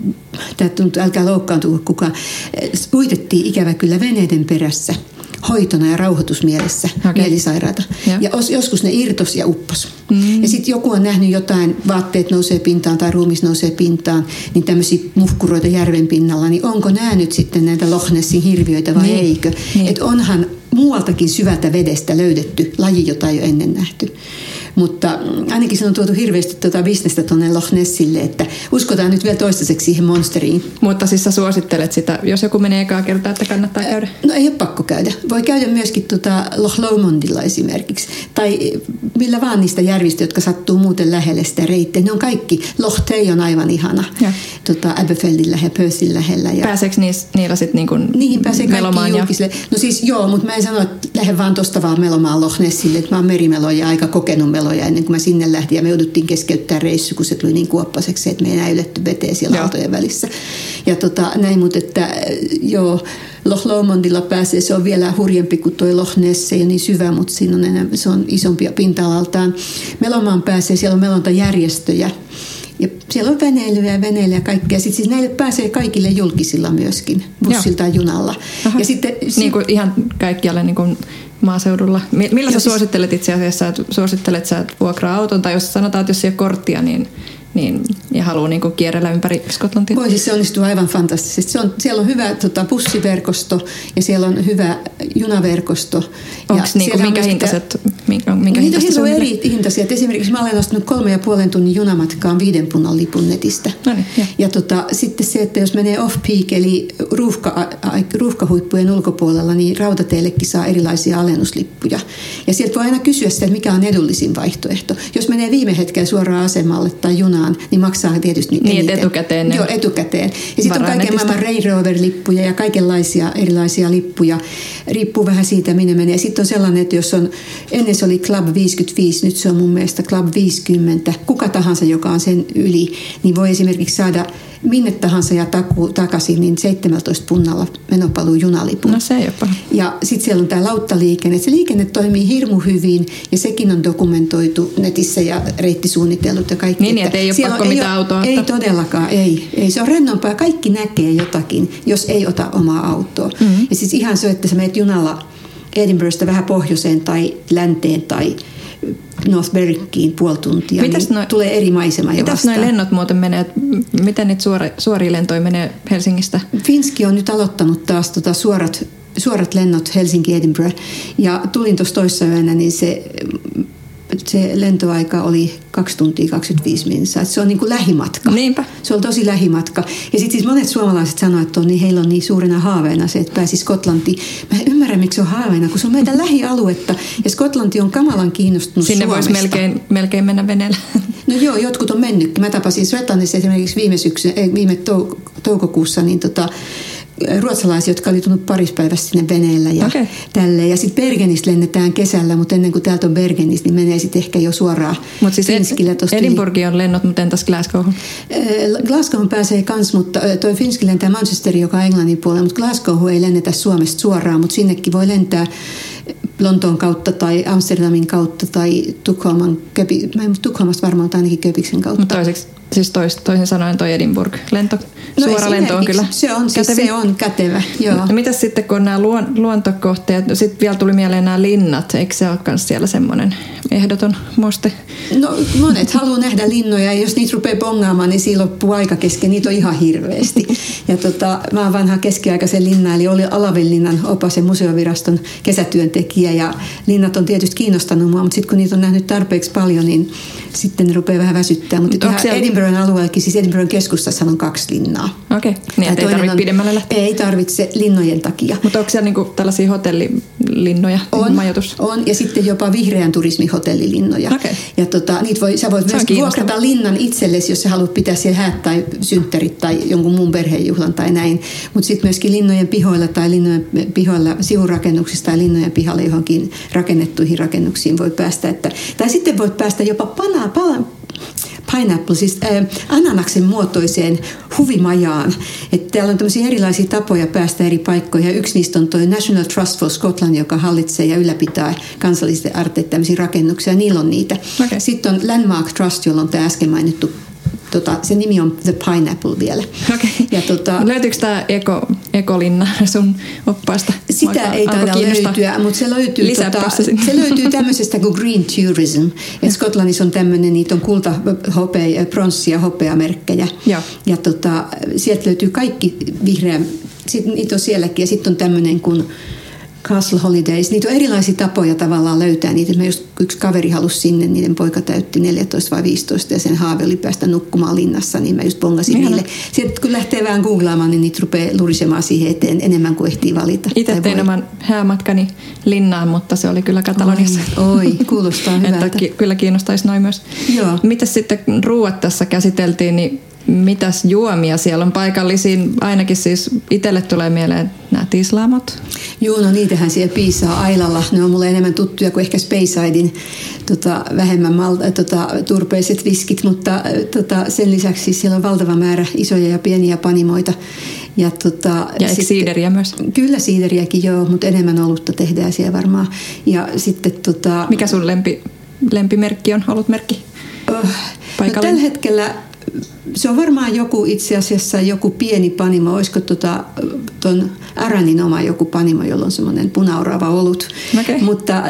älkää loukkaantua kukaan, uitettiin ikävä kyllä veneiden perässä hoitona ja rauhoitusmielessä mielisairaata. Ja joskus ne irtos ja uppos. Ja sitten joku on nähnyt jotain, vaatteet nousee pintaan tai ruumis nousee pintaan, niin tämmöisiä muhkuroita järven pinnalla, niin onko nämä nyt sitten näitä Loch Nessin hirviöitä vai eikö? Että onhan muualtakin syvältä vedestä löydetty laji, jota ei ole ennen nähty. Mutta ainakin se on tuotu hirveästi bisnestä tuonne Loch Nessille, että uskotaan nyt vielä toistaiseksi siihen monsteriin. Mutta siis sä suosittelet sitä, jos joku menee ekaa kertaa, että kannattaa käydä? No ei ole pakko käydä. Voi käydä myöskin Loch Lomondilla esimerkiksi. Tai millä vaan niistä järvistä, jotka sattuu muuten lähelle sitä reittiä. Ne on kaikki. Loch Tay on aivan ihana. Aberfeldin lähellä, Perthin lähellä. Pääseekö niillä sitten niin kuin niihin pääsee kaikki julkisille? No siis joo, mutta mä en sano, että lähde vaan tosta vaan melomaan Loch Nessille. Että mä oon merimeloja aika kokenut meloja ennen kuin mä sinne lähdin. Ja me jouduttiin keskeyttää reissu, kun se tuli niin kuoppaseksi, että me ei enää yletty veteen siellä autojen välissä. Ja näin, mutta että joo, Loch Lomondilla pääsee, se on vielä hurjempi kuin toi Loch Ness, se ei ole niin syvä, mutta siinä on enemmän, se on isompia pinta-alaltaan. Melomaan pääsee, siellä on melontajärjestöjä. Ja siellä on veneilyä ja kaikkea. Sitten siis näille pääsee kaikille julkisilla myöskin, bussilla tai junalla. Ja sitten, niin kuin ihan kaikkialle niin kuin maaseudulla. Millä sä suosittelet itse asiassa? Suosittelet sä vuokraa auton, tai jos sanotaan, että jos ei ole korttia, niin ja haluaa niin kuin kierrellä ympäri Skotlantia? Voi siis se onnistuu aivan fantastisesti. Siellä on hyvä bussiverkosto ja siellä on hyvä junaverkosto. Onko niin minkä hintaiset? Niitä on eri hintaisia. Esimerkiksi mä olen ostanut 3,5 tunnin junamatkaan 5 punnan lipun netistä. Ja sitten se, että jos menee off-peak eli ruuhkahuippujen ulkopuolella, niin rautateillekin saa erilaisia alennuslippuja. Ja sieltä voi aina kysyä sitä, että mikä on edullisin vaihtoehto. Jos menee viime hetkellä suoraan asemalle tai junaan, niin maksaa tietysti eniten. Etukäteen. Joo, etukäteen. Ja sitten on kaiken maailman Range Rover-lippuja ja kaikenlaisia erilaisia lippuja. Riippuu vähän siitä, minne menee. Sitten on sellainen, että jos on, ennen se oli Club 55, nyt se on mun mielestä Club 50. Kuka tahansa, joka on sen yli, niin voi esimerkiksi saada minne tahansa ja takaisin, niin 17 punnalla menopaluu junalipun. No se ei ole paha. Ja sitten siellä on tämä lauttaliikenne. Se liikenne toimii hirmu hyvin ja sekin on dokumentoitu netissä ja reittisuunnitellut ja kaikki. Niin, että ei ole pakko mitään autoa. Ei todellakaan, ei. Se on rennompaa. Kaikki näkee jotakin, jos ei ota omaa autoa. Mm-hmm. Ja siis ihan se, että sä menet junalla Edinburghista vähän pohjoiseen tai länteen tai North Berwickiin puoli tuntia, niin tulee eri maisema jo vastaan. Mitäs nuo lennot muuten menee? Miten niitä suoria lentoja menee Helsingistä? Finski on nyt aloittanut taas suorat lennot Helsinki-Edinburgh. Ja tulin tuossa toissayönä, niin se lentoaika oli 2 tuntia 25 minuuttia. Se on niin kuin lähimatka. Niinpä. Se on tosi lähimatka. Ja sitten siis monet suomalaiset sanoivat, että heillä on niin suurena haaveena se, että pääsi Skotlantiin. Mä en ymmärrä, miksi se on haaveena, kun se on meidän lähialuetta. Ja Skotlanti on kamalan kiinnostunut sinne Suomesta. Sinne voisi melkein mennä veneellä. No joo, jotkut on mennytkin. Mä tapasin Svetlannissa esimerkiksi viime toukokuussa niin ruotsalaisia, jotka oli tullut parispäivästä sinne veneellä ja tälleen. Ja sitten Bergenistä lennetään kesällä, mutta ennen kuin täältä on Bergenistä, niin menee sitten ehkä jo suoraan Finskille. Edinburghin on lennot, mutta entäs Glasgowhun? Glasgowhun pääsee kans, mutta toi Finski lentää Manchesterin, joka on Englannin puolella, mutta Glasgowhun ei lennetä Suomesta suoraan, mutta sinnekin voi lentää Lontoon kautta tai Amsterdamin kautta tai Tukholmasta varmaan ainakin Köpiksen kautta. Mutta toisin sanoen toi Edinburgh-lento, suora lento on kyllä se on kätevä, joo. No, mitäs sitten, kun on nämä luontokohteet, sitten vielä tuli mieleen nämä linnat, eikö se ole myös siellä semmoinen ehdoton muste? No monet haluaa nähdä linnoja ja jos niitä rupeaa bongaamaan, niin siinä loppuu aika kesken, niitä on ihan hirveästi. Ja mä oon vanha keskiaikaisen linna, eli oli Alavinlinnan opas ja museoviraston kesätyöntekijä ja linnat on tietysti kiinnostanut mua, mutta sitten kun niitä on nähnyt tarpeeksi paljon, niin sitten ne rupeaa vähän väsyttää. Mutta Edinburghin alueellakin, siis Edinburghin keskustassa on 2 linnaa. Okei, niin ei tarvitse pidemmälle lähteä. Ei tarvitse linnojen takia. Mutta onko siellä niinku tällaisia hotellilinnoja, majoitus? On, ja sitten jopa vihreän turismin hotellilinnoja. Okay. Ja sä voit myös vuokrata linnan itsellesi, jos sä haluat pitää siellä häät tai synttärit tai jonkun muun perheenjuhlan tai näin. Mutta sitten myöskin linnojen pihoilla tai linnojen pihoilla sivurakennuksista tai linnojen pihalle johonkin rakennettuihin rakennuksiin voi päästä. Tai sitten voit päästä jopa pineapple, siis ananaksen muotoiseen huvimajaan. Että täällä on tämmöisiä erilaisia tapoja päästä eri paikkoihin. Ja yksi niistä on tuo National Trust for Scotland, joka hallitsee ja ylläpitää kansallisten arteet tämmöisiä rakennuksia. Niillä on niitä. Okay. Sitten on Landmark Trust, jolla on tämä äsken mainittu. Se nimi on The Pineapple vielä. Okay. Ja löytyykö tämä ekolinna sun oppaasta? Sitä ei taida löytyä, mutta se löytyy tämmöisestä kuin Green Tourism. Et Skotlannissa on tämmöinen, niitä on kulta, hopea, pronssi ja hopeamerkkejä. Ja sieltä löytyy kaikki vihreä, niitä on sielläkin. Ja sitten on tämmöinen kuin Castle Holidays. Niitä on erilaisia tapoja tavallaan löytää niitä. Mä just yksi kaveri halusi sinne, niiden poika täytti 14 vai 15 ja sen haave oli päästä nukkumaan linnassa, niin mä just bongasin niille. Sieltä kun lähtee vähän googlaamaan, niin niitä rupeaa lurisemaan siihen eteen enemmän kuin ehtii valita. Itse tein oman häämatkani linnaan, mutta se oli kyllä Kataloniassa. Oi, kuulostaa hyvältä. Että kyllä kiinnostaisi noin myös. Joo. Mitäs sitten ruuat tässä käsiteltiin, niin mitäs juomia siellä on paikallisiin? Ainakin siis itselle tulee mieleen nämä tislaamot. Joo, no niitähän siellä piisaa Ailalla. Ne on mulle enemmän tuttuja kuin ehkä Speysidein vähemmän turpeiset viskit, mutta sen lisäksi siis siellä on valtava määrä isoja ja pieniä panimoita. Ja eikö siideriä myös? Kyllä siideriäkin joo, mutta enemmän olutta tehdään siellä varmaan. Ja sitten mikä sun lempimerkki on, olutmerkki? No, tällä hetkellä se on varmaan itse asiassa joku pieni panimo, olisiko ton Aranin oma joku panimo, jolla on semmoinen punaorava olut. Okay. Mutta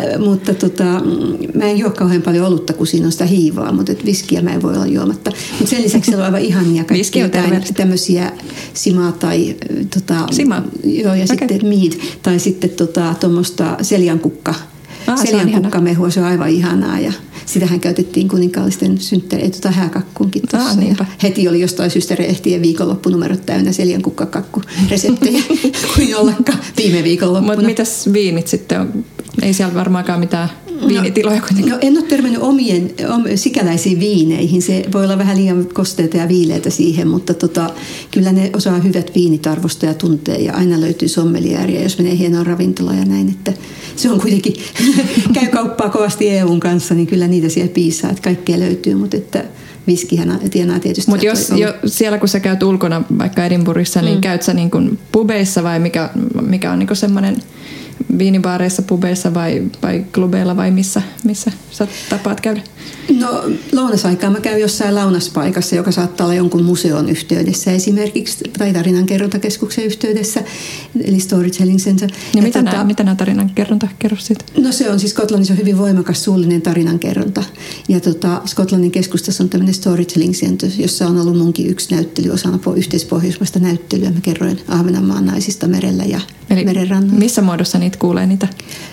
mä en juo kauhean paljon olutta, kun siinä on sitä hiivaa, mutta viskiä mä en voi olla juomatta. Mutta sen lisäksi siellä on aivan ihania kaikkia tämmöisiä simaa tai joo, ja sitten mead tai sitten tuommoista seljankukka. Seljankukkamehua, se on aivan ihanaa ja sitähän käytettiin kuninkaallisten hääkakkuunkin tuossa. Heti oli jostain syystä ehtien viikonloppunumerot täynnä seljankukkakakkureseptejä kuin ollakaan viime viikonloppuna. Mutta mitäs viinit sitten on? Ei siellä varmaankaan mitään viinitiloja kuitenkaan. No en ole törmännyt sikäläisiin viineihin. Se voi olla vähän liian kosteita ja viileitä siihen, mutta kyllä ne osaa hyvät viinit arvostaa ja tuntee ja aina löytyy sommeliääriä, jos menee hienoon ravintolaan ja näin. Että se on kuitenkin, käy kauppaa kovasti EUn kanssa, niin kyllä niitä siellä piisaa, että kaikkea löytyy, mutta että viskihän tienaa tietysti. Mutta jos siellä kun sä käyt ulkona vaikka Edinburghissa, niin käyt sä niin kuin pubeissa vai mikä on niin semmoinen viinibaareissa, pubeissa vai klubeilla vai missä sä tapaat käydä? No lounasaikaan mä käyn jossain lounaspaikassa, joka saattaa olla jonkun museon yhteydessä esimerkiksi tai tarinankerrontakeskuksen yhteydessä, eli Storytelling Center. Ja mitä nämä tarinankerronta? Kerro siitä. No se on siis Skotlannissa on hyvin voimakas suullinen tarinankerronta. Ja Skotlannin keskustassa on tämmöinen Storytelling Center, jossa on ollut munkin yksi näyttely osana yhteispohjoismaista näyttelyä. Mä kerroin Ahvenanmaan naisista merellä ja merenrannalla. Missä muodossa niitä kuulee niitä?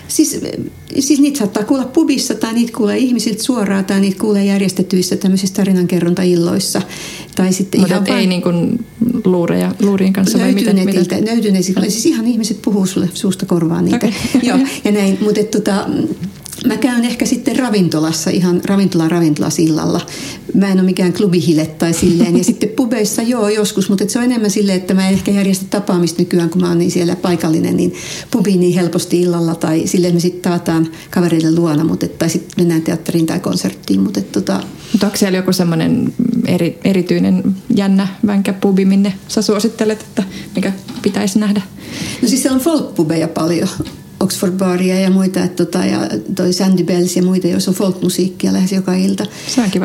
Siis niitä saattaa kuulla pubissa tai niitä kuulee ihmisiltä suoraan tai niitä kuulee järjestetyissä tämmöisissä tarinankerrontailloissa. Mutta ei niin kuin luurien kanssa vai miten? Löytyy netiltä. Siis ihan ihmiset puhuu sulle suusta korvaan niitä. Okay. Joo, ja näin. Mutta mä käyn ehkä sitten ravintolassa, ihan ravintolasillalla. Mä en ole mikään klubihille tai silleen. Ja sitten pubeissa joskus, mutta se on enemmän silleen, että mä en ehkä järjestä tapaamista nykyään, kun mä oon niin siellä paikallinen, niin pubiin niin helposti illalla tai silleen me sitten tavataan kavereiden luona, tai sitten mennään teatteriin tai konserttiin. Mutta onko siellä joku semmoinen erityinen jännä vänkä pubi, minne sä suosittelet, että mikä pitäisi nähdä? No siis siellä on folk-pubeja paljon. Oxford Baria ja muita, ja toi Sandy Bells ja muita, joissa on folk-musiikkia lähes joka ilta. Se on kiva.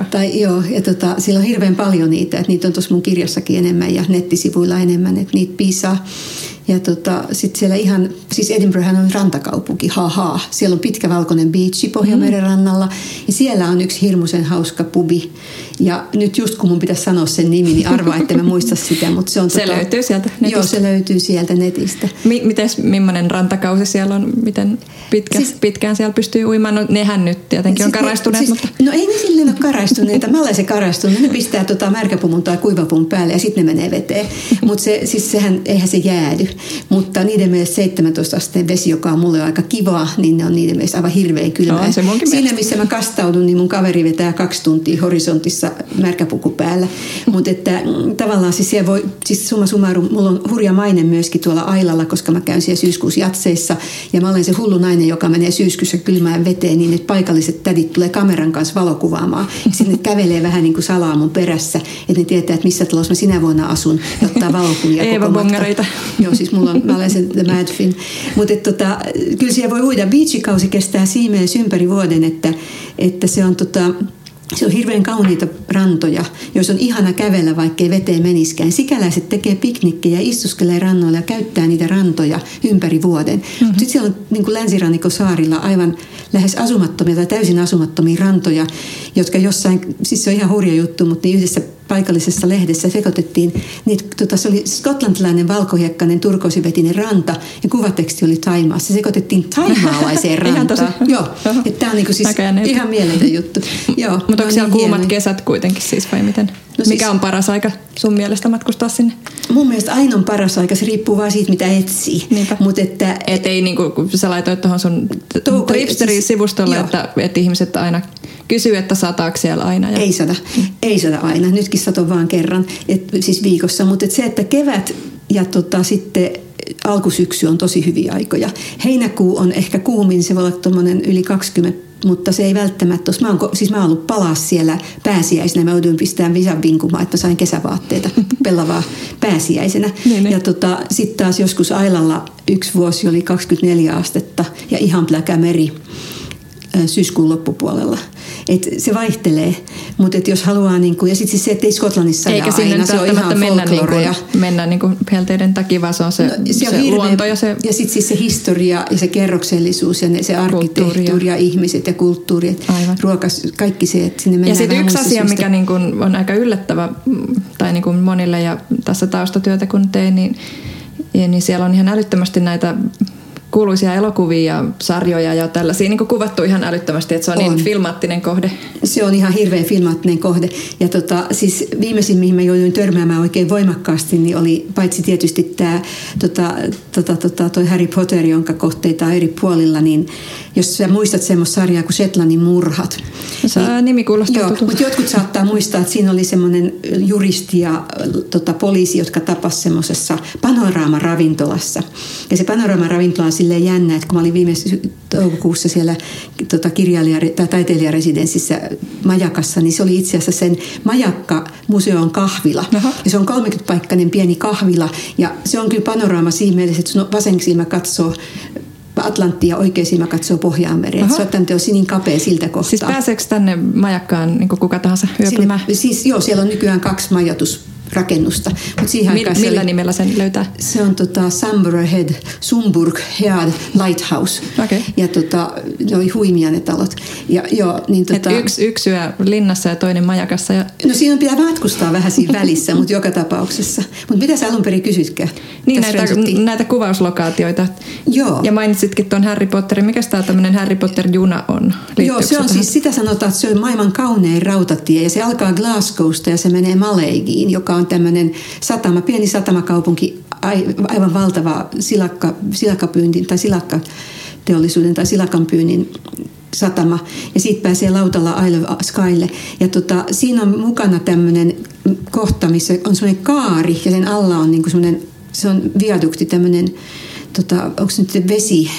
Siellä on hirveän paljon niitä, että niitä on tuossa mun kirjassakin enemmän ja nettisivuilla enemmän, että niitä piisaa. Ja sitten siellä ihan, siis Edinburghhan on rantakaupunki, siellä on pitkä valkoinen beachi Pohjanmeren rannalla ja siellä on yksi hirmuisen hauska pubi. Ja nyt just kun mun pitäisi sanoa sen nimi, niin arvaa, että mä muista sitä, mutta se on se löytyy sieltä netistä. Joo, se löytyy sieltä netistä. Millainen rantakausi siellä on? Miten pitkään siellä pystyy uimaan? No nehän nyt tietenkin on karaistuneet. Mutta... No ei ne silleen ole karaistuneita. Mä olen se karastunut. Ne pistää märkäpumun tai kuivapun päälle ja sitten ne menee veteen. Mutta eihän se jäädy. Mutta niiden mielestä 17 asteen vesi, joka on mulle aika kivaa, niin ne on niiden mielestä aivan hirveän kylmää. Siinä missä mä kastaudun, niin mun kaveri vetää 2 tuntia horisontissa märkäpuku päällä. Mutta että tavallaan siis siellä voi, siis summa summarum, mulla on hurja maine myöskin tuolla Ailalla, koska mä käyn siellä syyskuussa jatseissa. Ja mä olen se hullu nainen, joka menee syyskuussa kylmään veteen niin, että paikalliset tädit tulee kameran kanssa valokuvaamaan. Sitten ne kävelee vähän niin kuin salaa mun perässä, että ne tietää, että missä talossa mä sinä vuonna asun ja ottaa valokuvia koko matka. Joo, siis mä olen se The Mad Fin. Mutta kyllä siellä voi uida. Beachikausi kestää siimeys ympäri vuoden, että se on se on hirveän kauniita rantoja, joissa on ihana kävellä, vaikkei veteen meniskään. Sikäläiset tekee piknikkejä, istuskelee rannoilla ja käyttää niitä rantoja ympäri vuoden. Mm-hmm. Sitten siellä on niin kuin länsirannikon saarilla aivan lähes asumattomia tai täysin asumattomia rantoja, jotka jossain, siis se on ihan hurja juttu, mutta niin yhdessä paikallisessa lehdessä sekoitettiin, niin se oli skotlantilainen valkohiekkainen turkoosivetinen ranta ja kuvateksti oli Thaimaassa. Se sekoitettiin thaimaalaiseen rantaan. Joo, että tämä on niinku siis ihan mieletön juttu. Mutta onko siellä kuumat kesät kuitenkin siis vai miten? No mikä siis on paras aika sun mielestä matkustaa sinne? Mun mielestä aina on paras aika, se riippuu vaan siitä, mitä etsii. Mut et ei niinku, kun sä laitoit tuohon sun Tripsterin sivustolle, että ihmiset aina kysyy, että sataako siellä aina. Ja... Ei sada aina. Nytkin sato vaan kerran, siis viikossa. Mutta se, että kevät ja sitten alkusyksy on tosi hyviä aikoja. Heinäkuu on ehkä kuumin, se voi olla tuommoinen yli 20, mutta se ei välttämättä ole. Mä oon ollut palas siellä pääsiäisenä. Mä jouduin pistämään visan vinkumaan, että sain kesävaatteita pellavaa pääsiäisenä. Ja sitten taas joskus Ailalla yksi vuosi oli 24 astetta ja ihan pläkä meri syyskuun loppupuolella. Et se vaihtelee, mutta jos haluaa, niinku, ja sitten siis se, että ei Skotlannissa eikä sinne se on ihan folklorea. Mennä niinku helteiden takia, vaan se on se luonto ja se... Ja sitten siis se historia ja se kerroksellisuus ja se arkkitehtuuri ja ihmiset ja kulttuuri, ruoka, kaikki se, että sinne mennään. Ja sitten yksi asia, mikä niinku on aika yllättävä, tai niinku monille ja tässä taustatyötä kun tein, niin siellä on ihan älyttömästi näitä kuuluisia elokuvia ja sarjoja ja tällaisia niin kuin kuvattu ihan älyttömästi, että se on niin filmaattinen kohde. Se on ihan hirveän filmaattinen kohde. Ja siis viimeisin, mihin mä jouduin törmäämään oikein voimakkaasti, niin oli paitsi tietysti tämä toi Harry Potter, jonka kohteita on eri puolilla, niin jos sä muistat semmoista sarjaa kuin Shetlandin murhat. Se nimi kuulostaa tutulta. Mutta jotkut saattaa muistaa, että siinä oli semmoinen juristi ja poliisi, jotka tapasivat semmoisessa Panorama-ravintolassa. Ja se Panorama-ravintola on silleen jännä, että kun mä olin viime toukokuussa siellä taiteilijaresidenssissä Majakassa, niin se oli itse asiassa sen Majakka-museon kahvila. Aha. Ja se on 30-paikkainen pieni kahvila. Ja se on kyllä panoraama siinä mielessä, että sun vasen silmä katsoo Atlanttia, oikea silmä katsoo Pohjanmereen. Se on niin kapea siltä kohtaa. Siis pääseekö tänne Majakkaan niin kuka tahansa yöpymään? Joo, siellä on nykyään 2 majoitusrakennusta. Millä nimellä sen löytää? Se on Sumburg Head Lighthouse. Okay. Ja ne oli huimia ne talot. Yksi yö linnassa ja toinen Majakassa. No siinä pitää matkustaa vähän siinä välissä, mutta joka tapauksessa. Mutta mitä sä alun perin kysytkään? Niin, näitä kuvauslokaatioita. Joo. Ja mainitsitkin tuon Harry Potterin. Mikäs tää tämmöinen Harry Potter-juna on? Joo, se on siis, sitä sanotaan, että se on maailman kaunein rautatie. Ja se alkaa Glasgowsta ja se menee Maleigiin, joka on tämmöinen pieni satamakaupunki, aivan valtava silakkapyyntin tai silakkateollisuuden tai silakanpyynnin satama. Ja siitä pääsee lautalla Isle of Skylle. Ja siinä on mukana tämmöinen kohta, missä on semmoinen kaari ja sen alla on niinku semmoinen, se on viadukti tämmöinen, onko se nyt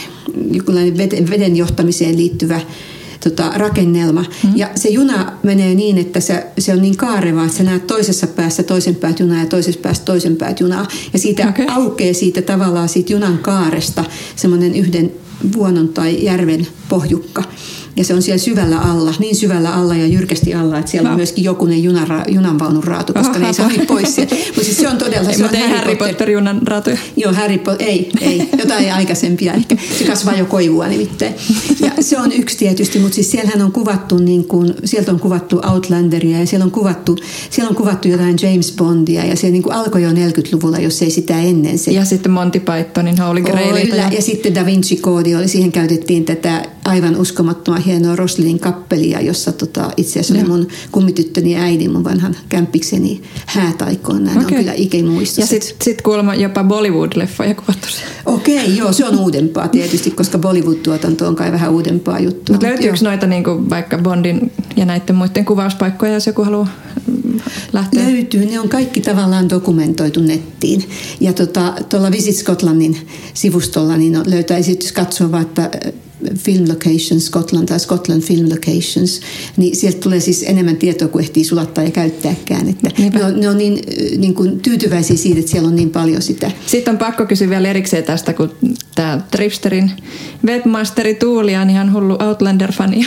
veden johtamiseen liittyvä rakennelma. Ja se juna menee niin, että se on niin kaareva, että sä näet toisessa päässä toisen päät junaa ja toisessa päässä toisen päät junaa. Ja siitä aukeaa siitä tavallaan siitä junan kaaresta semmoinen yhden vuonon tai järven pohjukka. Ja se on siellä syvällä alla, niin syvällä alla ja jyrkästi alla, että siellä on myöskin jokunen junanvaunun raatu, koska ne ei saa pois siellä. Mutta siis se on todella... Ei, mutta ei Harry Potter junan raatuja. Joo, ei. Jotain aikaisempia ehkä. Se kasvaa jo koivua nimittäin. Ja se on yksi tietysti, mutta siis siellähän on kuvattu, sieltä on kuvattu Outlanderia ja siellä on kuvattu jotain James Bondia ja se alkoi jo 40-luvulla, jos ei sitä ennen. Ja sitten Monty Pythonin Holy Grailia. Ja sitten Da Vinci Code, siihen käytettiin tätä aivan uskomattoman hienoa Roslinin kappelia, jossa itse asiassa oli mun kummityttöni äidin, mun vanhan kämppikseni häätaikoon. Nämä on kyllä ikimuistoiset. Ja sitten kuulemma jopa Bollywood-leffoja kuvattu. Okei, joo, se on uudempaa tietysti, koska Bollywood-tuotanto on kai vähän uudempaa juttua. Mutta löytyykö noita vaikka Bondin ja näiden muiden kuvauspaikkoja, jos joku haluaa lähteä? Löytyy, ne on kaikki tavallaan dokumentoitu nettiin. Ja tuolla Visit Scotlandin sivustolla niin löytäisi, jos katsoo vaikka Film Locations Scotland tai Scotland Film Locations, niin sieltä tulee siis enemmän tietoa kuin ehtii sulattaa ja käyttääkään. Että ne on niin kuin tyytyväisiä siitä, että siellä on niin paljon sitä. Sitten on pakko kysyä vielä erikseen tästä, kun tämä Tripsterin webmasteri Tuulia on ihan hullu Outlander-fani.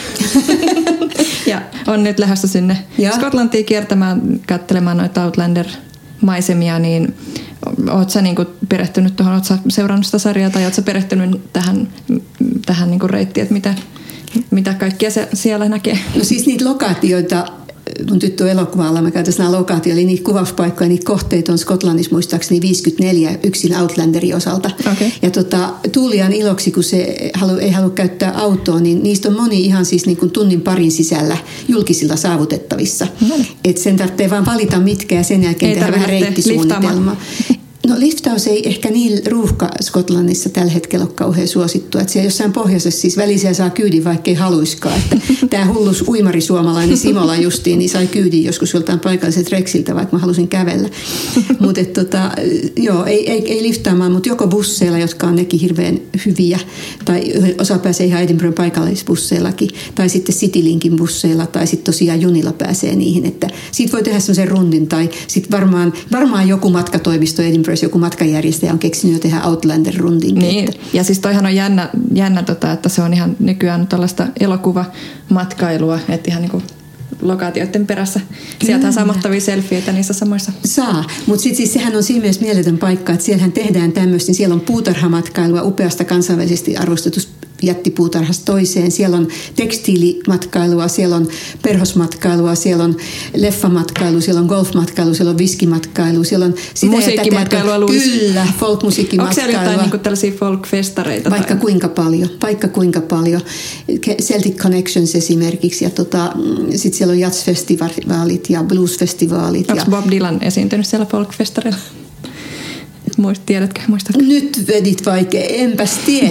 Ja on nyt lähdössä sinne Skotlantiin kiertämään, katselemaan noita Outlander-maisemia, niin ootko sä niinku perehtynyt tuohon, ootko sä seurannut sitä sarjaa tai ootko sä perehtynyt tähän niinku reittiin, että mitä kaikkia se siellä näkee? No siis niitä lokaatioita, mun tyttö on elokuva-alla, mä käytäisiin nämä lokaatioita, eli niitä kuvauspaikkoja, niitä kohteita on Skotlannissa muistaakseni 54 yksin Outlanderin osalta. Okay. Ja Tuulian iloksi, kun se ei halua käyttää autoa, niin niistä on moni ihan siis niin kuin tunnin parin sisällä julkisilla saavutettavissa. Et sen tarvitsee vaan valita mitkä ja sen jälkeen tehdä vähän reittisuunnitelmaa. No liftaus ei ehkä niin ruuhka Skotlannissa tällä hetkellä ole kauhean suosittua. Että siellä jossain pohjoisessa siis välisiä saa kyydin, vaikka ei haluiskaan. Tämä hullus uimarisuomalainen Simola justiin, niin sai kyydin joskus joltain paikalliset reksiltä, vaikka mä halusin kävellä. Mutta joo, ei liftaamaan, mutta joko busseilla, jotka on nekin hirveän hyviä, tai osa pääsee ihan Edinburghin paikallisbusseillakin, tai sitten Citylinkin busseilla, tai sitten tosiaan junilla pääsee niihin. Että siitä voi tehdä semmoisen rundin, tai sitten varmaan joku matkatoimisto Edinburgh, joku matkanjärjestäjä on keksinyt jo tehdä Outlander-rundin. Niin, ja siis toihan on jännä että se on ihan nykyään tällaista elokuvamatkailua, että ihan niin kuin lokaatioiden perässä. Sieltähän saa mahtavia selfieitä niissä samoissa. Saa, mutta sitten siis sehän on siinä mielessä mieletön paikka, että siellähän tehdään tämmöistä, niin siellä on puutarhamatkailua upeasta kansainvälisesti arvostetusta jättipuutarhasta toiseen. Siellä on tekstiilimatkailua, siellä on perhosmatkailua, siellä on leffamatkailua, siellä on golfmatkailua, siellä on viskimatkailua, siellä on sitä musiikkimatkailua. Kyllä, folkmusiikkimatkailua. Onko siellä jotain niin kuin tällaisia folk-festareita? Vaikka kuinka paljon. Celtic Connections esimerkiksi ja sitten siellä on jazzfestivaalit ja bluesfestivaalit. Onko Bob Dylan esiintynyt siellä folk-festareilla? Tiedätkö? Muistatko? Nyt vedit vaikea, enpäs tiedä.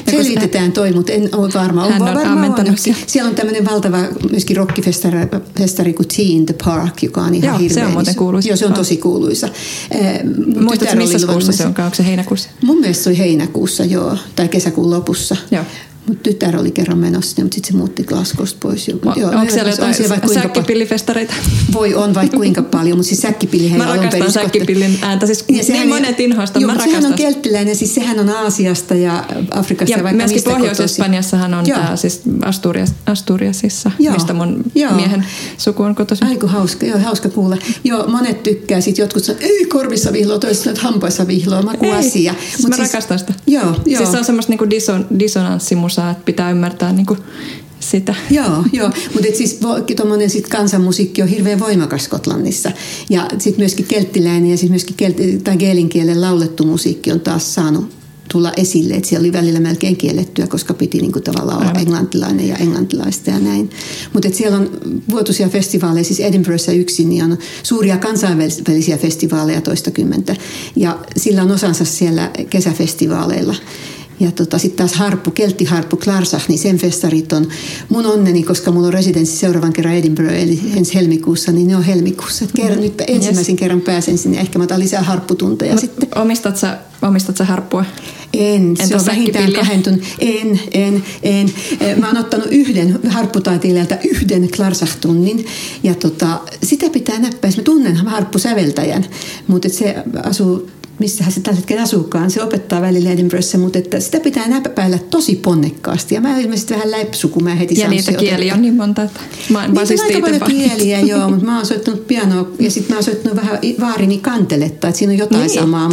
Selvitetään toi, mutta en ole varma. Hän on ammentanutkin. Siellä on tämmöinen valtava myöskin rockifestari kuin Tea in the Park, joka on ihan hirveä. Se on muuten kuuluisa. Joo, se on tosi kuuluisa. Muistatko missä kuussa se on? Onko se heinäkuussa? Mun mielestä se oli heinäkuussa, joo, tai kesäkuun lopussa. Joo. Mutta tytär oli kerran menossa, mutta sitten se muutti Glasgowsta pois. Onko siellä jotain säkkipillifestareita? On vaikka kuinka paljon, mutta siis säkkipillihän mä rakastan säkkipillin ääntä. Siis niin monet inhoista, mä rakastan. Sehän on kelttiläinen, siis sehän on Aasiasta ja Afrikasta ja vaikka mistä kotoisin. Pohjois-Espanjassahan on tämä siis Asturiasissa, mistä mun miehen suku on kotoisin. Aiku hauska kuulla. Joo, monet tykkää, sitten jotkut sanoo, ei korvissa vihloa, toiset sanoo, että hampaissa vihloa, makuasia. Siis mä rakastan sitä. Joo. Siis se on semmoista niinku dissonanssimusaa, että pitää ymmärtää niinku sitä. Joo, mutta siis tuommoinen kansanmusiikki on hirveän voimakas Skotlannissa. Ja sitten myöskin kelttiläinen ja sitten myöskin gaelin kielen laulettu musiikki on taas saanut tulla esille, että siellä oli välillä melkein kiellettyä, koska piti niinku tavallaan olla englantilainen ja englantilaista ja näin. Mutta siellä on vuotuisia festivaaleja, siis Edinburghissa yksin, niin on suuria kansainvälisiä festivaaleja toistakymmentä. Ja sillä on osansa siellä kesäfestivaaleilla. Ja sitten taas kelttiharppu Clarsach, niin sen festarit on mun onneni, koska mulla on residenssi seuraavan kerran Edinburgh, eli ensi helmikuussa, niin ne on helmikuussa. Nyt ensimmäisen kerran pääsen sinne, ehkä mä otan lisää harpputunteja sitten. Omistat sä harppua? En, se on vähintään kahentunut. En. Mä oon ottanut yhden harpputaiteilijalta yhden Clarsach-tunnin, ja sitä pitää näppäistä. Mä tunnen harppusäveltäjän, mutta se asuu missähän se tällä hetkellä asuukaan. Se opettaa välillä Edinburghissa, mutta että sitä pitää näpäillä tosi ponnekkaasti. Ja mä ilmeisesti vähän läpsu, kun mä heti ja niitä kieliä on niin monta, että mä oon siis aika paljon kieliä, joo, mutta mä oon soittanut pianoa ja sitten mä oon soittanut vähän vaarini kanteletta, että siinä on jotain samaa.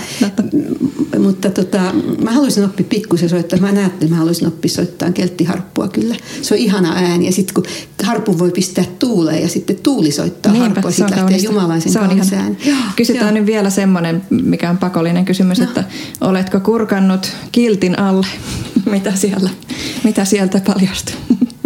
Mutta mä haluaisin oppia pikkusen soittaa. Mä näen, että mä haluaisin oppia soittaa kelttiharppua kyllä. Se on ihana ääni ja sitten kun harpun voi pistää tuuleen ja sitten tuuli soittaa harppua, sitten lähtee jumalaisen kaunis ääni. Kysytään nyt vielä semmoinen, mikä on pakollinen kysymys, että oletko kurkannut kiltin alle? Mitä sieltä paljastuu?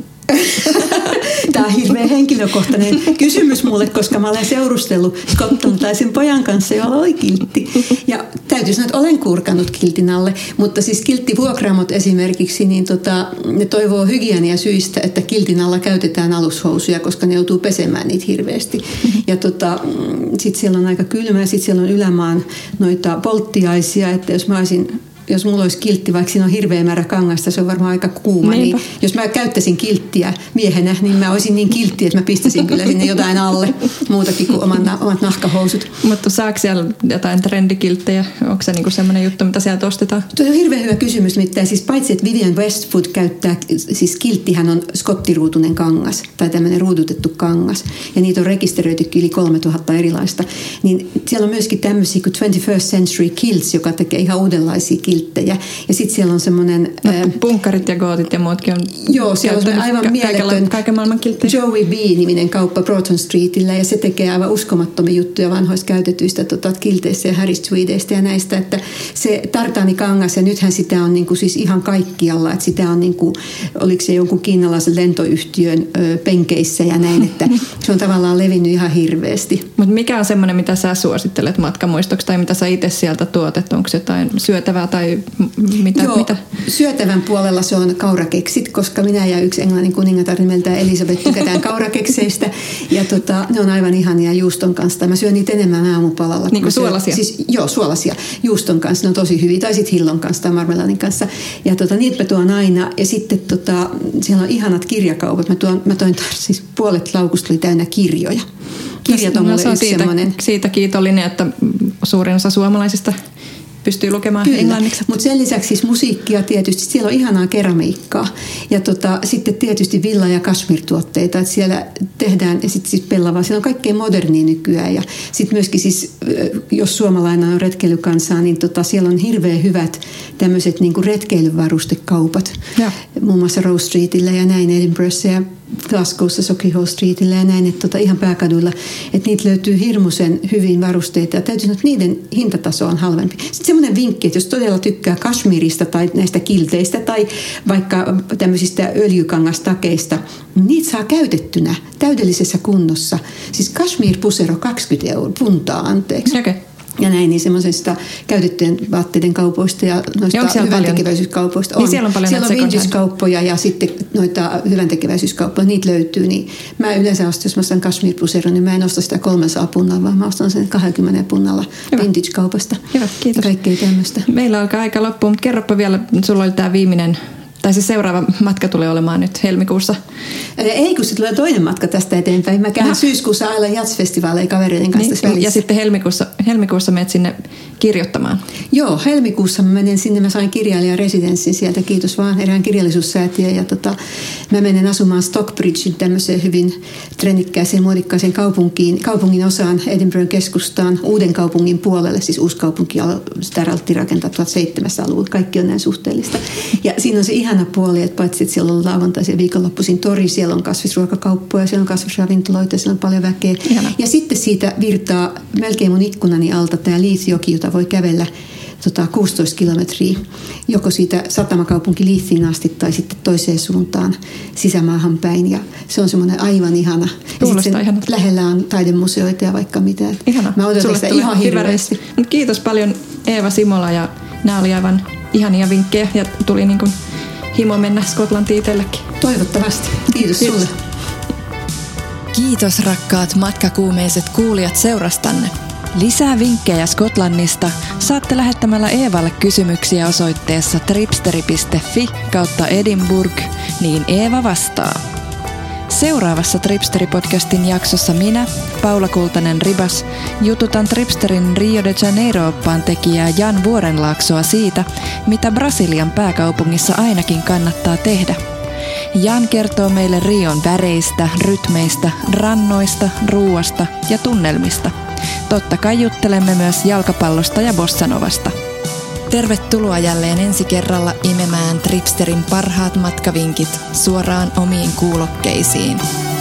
Tämä on hirveän henkilökohtainen kysymys mulle, koska mä olen seurustellut skotlantilaisen pojan kanssa, jolla oli kiltti. Ja täytyy sanoa, että olen kurkannut kiltin alle, mutta siis kilttivuokraamot esimerkiksi, niin ne toivoo hygieniasyistä, että kiltin alla käytetään alushousuja, koska ne joutuu pesemään niitä hirveästi. Ja sitten siellä on aika kylmä ja sitten siellä on ylämaan noita polttiaisia, että jos mulla olisi kiltti, vaikka siinä on hirveä määrä kangasta, se on varmaan aika kuuma, niin jos mä käyttäisin kilttiä miehenä, niin mä olisin niin kiltti, että mä pistäisin kyllä sinne jotain alle, muutakin kuin omat nahkahousut. Mutta saako siellä jotain trendikilttejä? Onko se niinku semmoinen juttu, mitä sieltä ostetaan? Tuo on hirveän hyvä kysymys, nimittäin siis paitsi, että Vivienne Westwood käyttää, siis kilttihän on skottiruutunen kangas, tai tämmöinen ruudutettu kangas, ja niitä on rekisteröity yli 3000 erilaista, niin siellä on myöskin tämmöisiä kuin 21st Century Kilts, joka tekee ihan uudenlaisia kilttejä. Ja sitten siellä on semmoinen punkkarit ja gootit ja muutkin on. Joo, siellä on aivan mieletön kaiken maailman kilttejä. Joey B-niminen kauppa Broughton Streetillä, ja se tekee aivan uskomattomia juttuja vanhoista käytetyistä kilteistä ja Harris-tweedeistä ja näistä, että se tartaanikangas, ja nythän sitä on niinku siis ihan kaikkialla, että sitä on niinku, oliko se jonkun kiinalaisen lentoyhtiön penkeissä ja näin, että se on tavallaan levinnyt ihan hirveästi. Mutta mikä on semmoinen, mitä sä suosittelet matkamuistoksi tai mitä sä itse sieltä tuotet? Onko jotain syötävää tai mitä? Syötävän puolella se on kaurakeksit, koska minä ja yksi englannin kuningatar nimeltä Elisabeth tykätään kaurakekseistä. Ja ne on aivan ihania juuston kanssa. Mä syön niitä enemmän aamupalalla. Niin kuin suolasia? Suolasia. Juuston kanssa. Ne on tosi hyviä. Tai sitten hillon kanssa tai marmeladin kanssa. Ja niitä mä tuon aina. Ja sitten siellä on ihanat kirjakaupat. Mä toin siis puolet laukusta oli täynnä kirjoja. Kirjat on mulle yksi semmoinen. Siitä kiitollinen, että suurin osa suomalaisista pystyy lukemaan englanniksi. Mutta sen lisäksi siis musiikkia tietysti, siellä on ihanaa keramiikkaa. Ja sitten tietysti villa- ja kashmir-tuotteita, että siellä tehdään, ja sitten siis pellavaa, siellä on kaikkein modernia nykyään. Ja sitten myöskin siis, jos suomalainen on retkeilykansaa, niin siellä on hirveän hyvät tämmöiset niinku retkeilyvarustekaupat. Ja. Muun muassa Rose Streetillä ja näin Edinburghissa ja Glasgowssa Sauchiehall Streetillä ja näin, että ihan pääkaduilla, että niitä löytyy hirmuisen hyvin varusteita ja täytyy sanoa, että niiden hintataso on halvempi. Sitten semmoinen vinkki, että jos todella tykkää kashmirista tai näistä kilteistä tai vaikka tämmöisistä öljykangastakeista, niin niitä saa käytettynä täydellisessä kunnossa. Siis kashmir-pusero 20 €, puntaa anteeksi. Okay. ja näin, niin semmoisesta käytettyjen vaatteiden kaupoista ja noista hyväntekeväisyyskaupoista on. Niin siellä on vintage-kauppoja ja sitten noita hyväntekeväisyyskauppoja, niitä löytyy. Niin mä yleensä ostan, jos mä ostan kashmir-puseron, niin mä en osta sitä 300 punnalla, vaan mä ostan sen 20 punnalla vintage-kaupasta. Hyvä, kiitos. Kaikkea tämmöistä. Meillä alkaa aika loppuun, mutta kerropa vielä, sulla oli tämä viimeinen, tai se seuraava matka tulee olemaan nyt helmikuussa. Ei, kun se tulee toinen matka tästä eteenpäin. Mä käyn syyskuussa aina jazzfestivaaleja kavereiden kanssa tässä välissä. Ja sitten helmikuussa menet sinne kirjoittamaan. Joo, helmikuussa mä menen sinne. Mä sain kirjailijaresidenssin sieltä. Kiitos vaan erään kirjallisuussäätiön. Ja mä menen asumaan Stockbridgein tämmöiseen hyvin trendikkääseen, muodikkaaseen kaupungin osaan, Edinburghin keskustaan, uuden kaupungin puolelle. Siis uusi kaupunki, sitä alettiin rakentaa 1700-luvulla. Kaikki on näin suhteellista. Ja siinä on se ihana puoli, että paitsi että siellä on lauantaisin ja viikonloppuisin tori, siellä on kasvisruokakauppoja, siellä on kasvisravintoloita, siellä on paljon väkeä. Ihana. Ja sitten siitä virtaa melkein mun ikkunani alta tämä Leith-joki, jota voi kävellä 16 kilometriä, joko siitä satamakaupunki Leithiin asti tai sitten toiseen suuntaan sisämaahan päin. Ja se on semmoinen aivan ihana. Kuulostaa ihana. Lähellä on taidemuseoita ja vaikka mitä. Ihana. Mä odotan sitä ihan hirveästi. Kiitos paljon Eeva Simola, ja nämä oli aivan ihania vinkkejä ja tuli niin kuin himo mennä Skotlantiin itsellekin. Toivottavasti. Kiitos sulle. Kiitos rakkaat matkakuumeiset kuulijat seurastanne. Lisää vinkkejä Skotlannista saatte lähettämällä Eevalle kysymyksiä osoitteessa tripsteri.fi/Edinburgh, niin Eeva vastaa. Seuraavassa Tripsteri-podcastin jaksossa minä, Paula Kultanen-Ribas, jututan Tripsterin Rio de Janeiro-oppaan tekijää Jan Vuorenlaaksoa siitä, mitä Brasilian pääkaupungissa ainakin kannattaa tehdä. Jan kertoo meille Rion väreistä, rytmeistä, rannoista, ruuasta ja tunnelmista. Totta kai juttelemme myös jalkapallosta ja bossanovasta. Tervetuloa jälleen ensi kerralla imemään Tripsterin parhaat matkavinkit suoraan omiin kuulokkeisiin.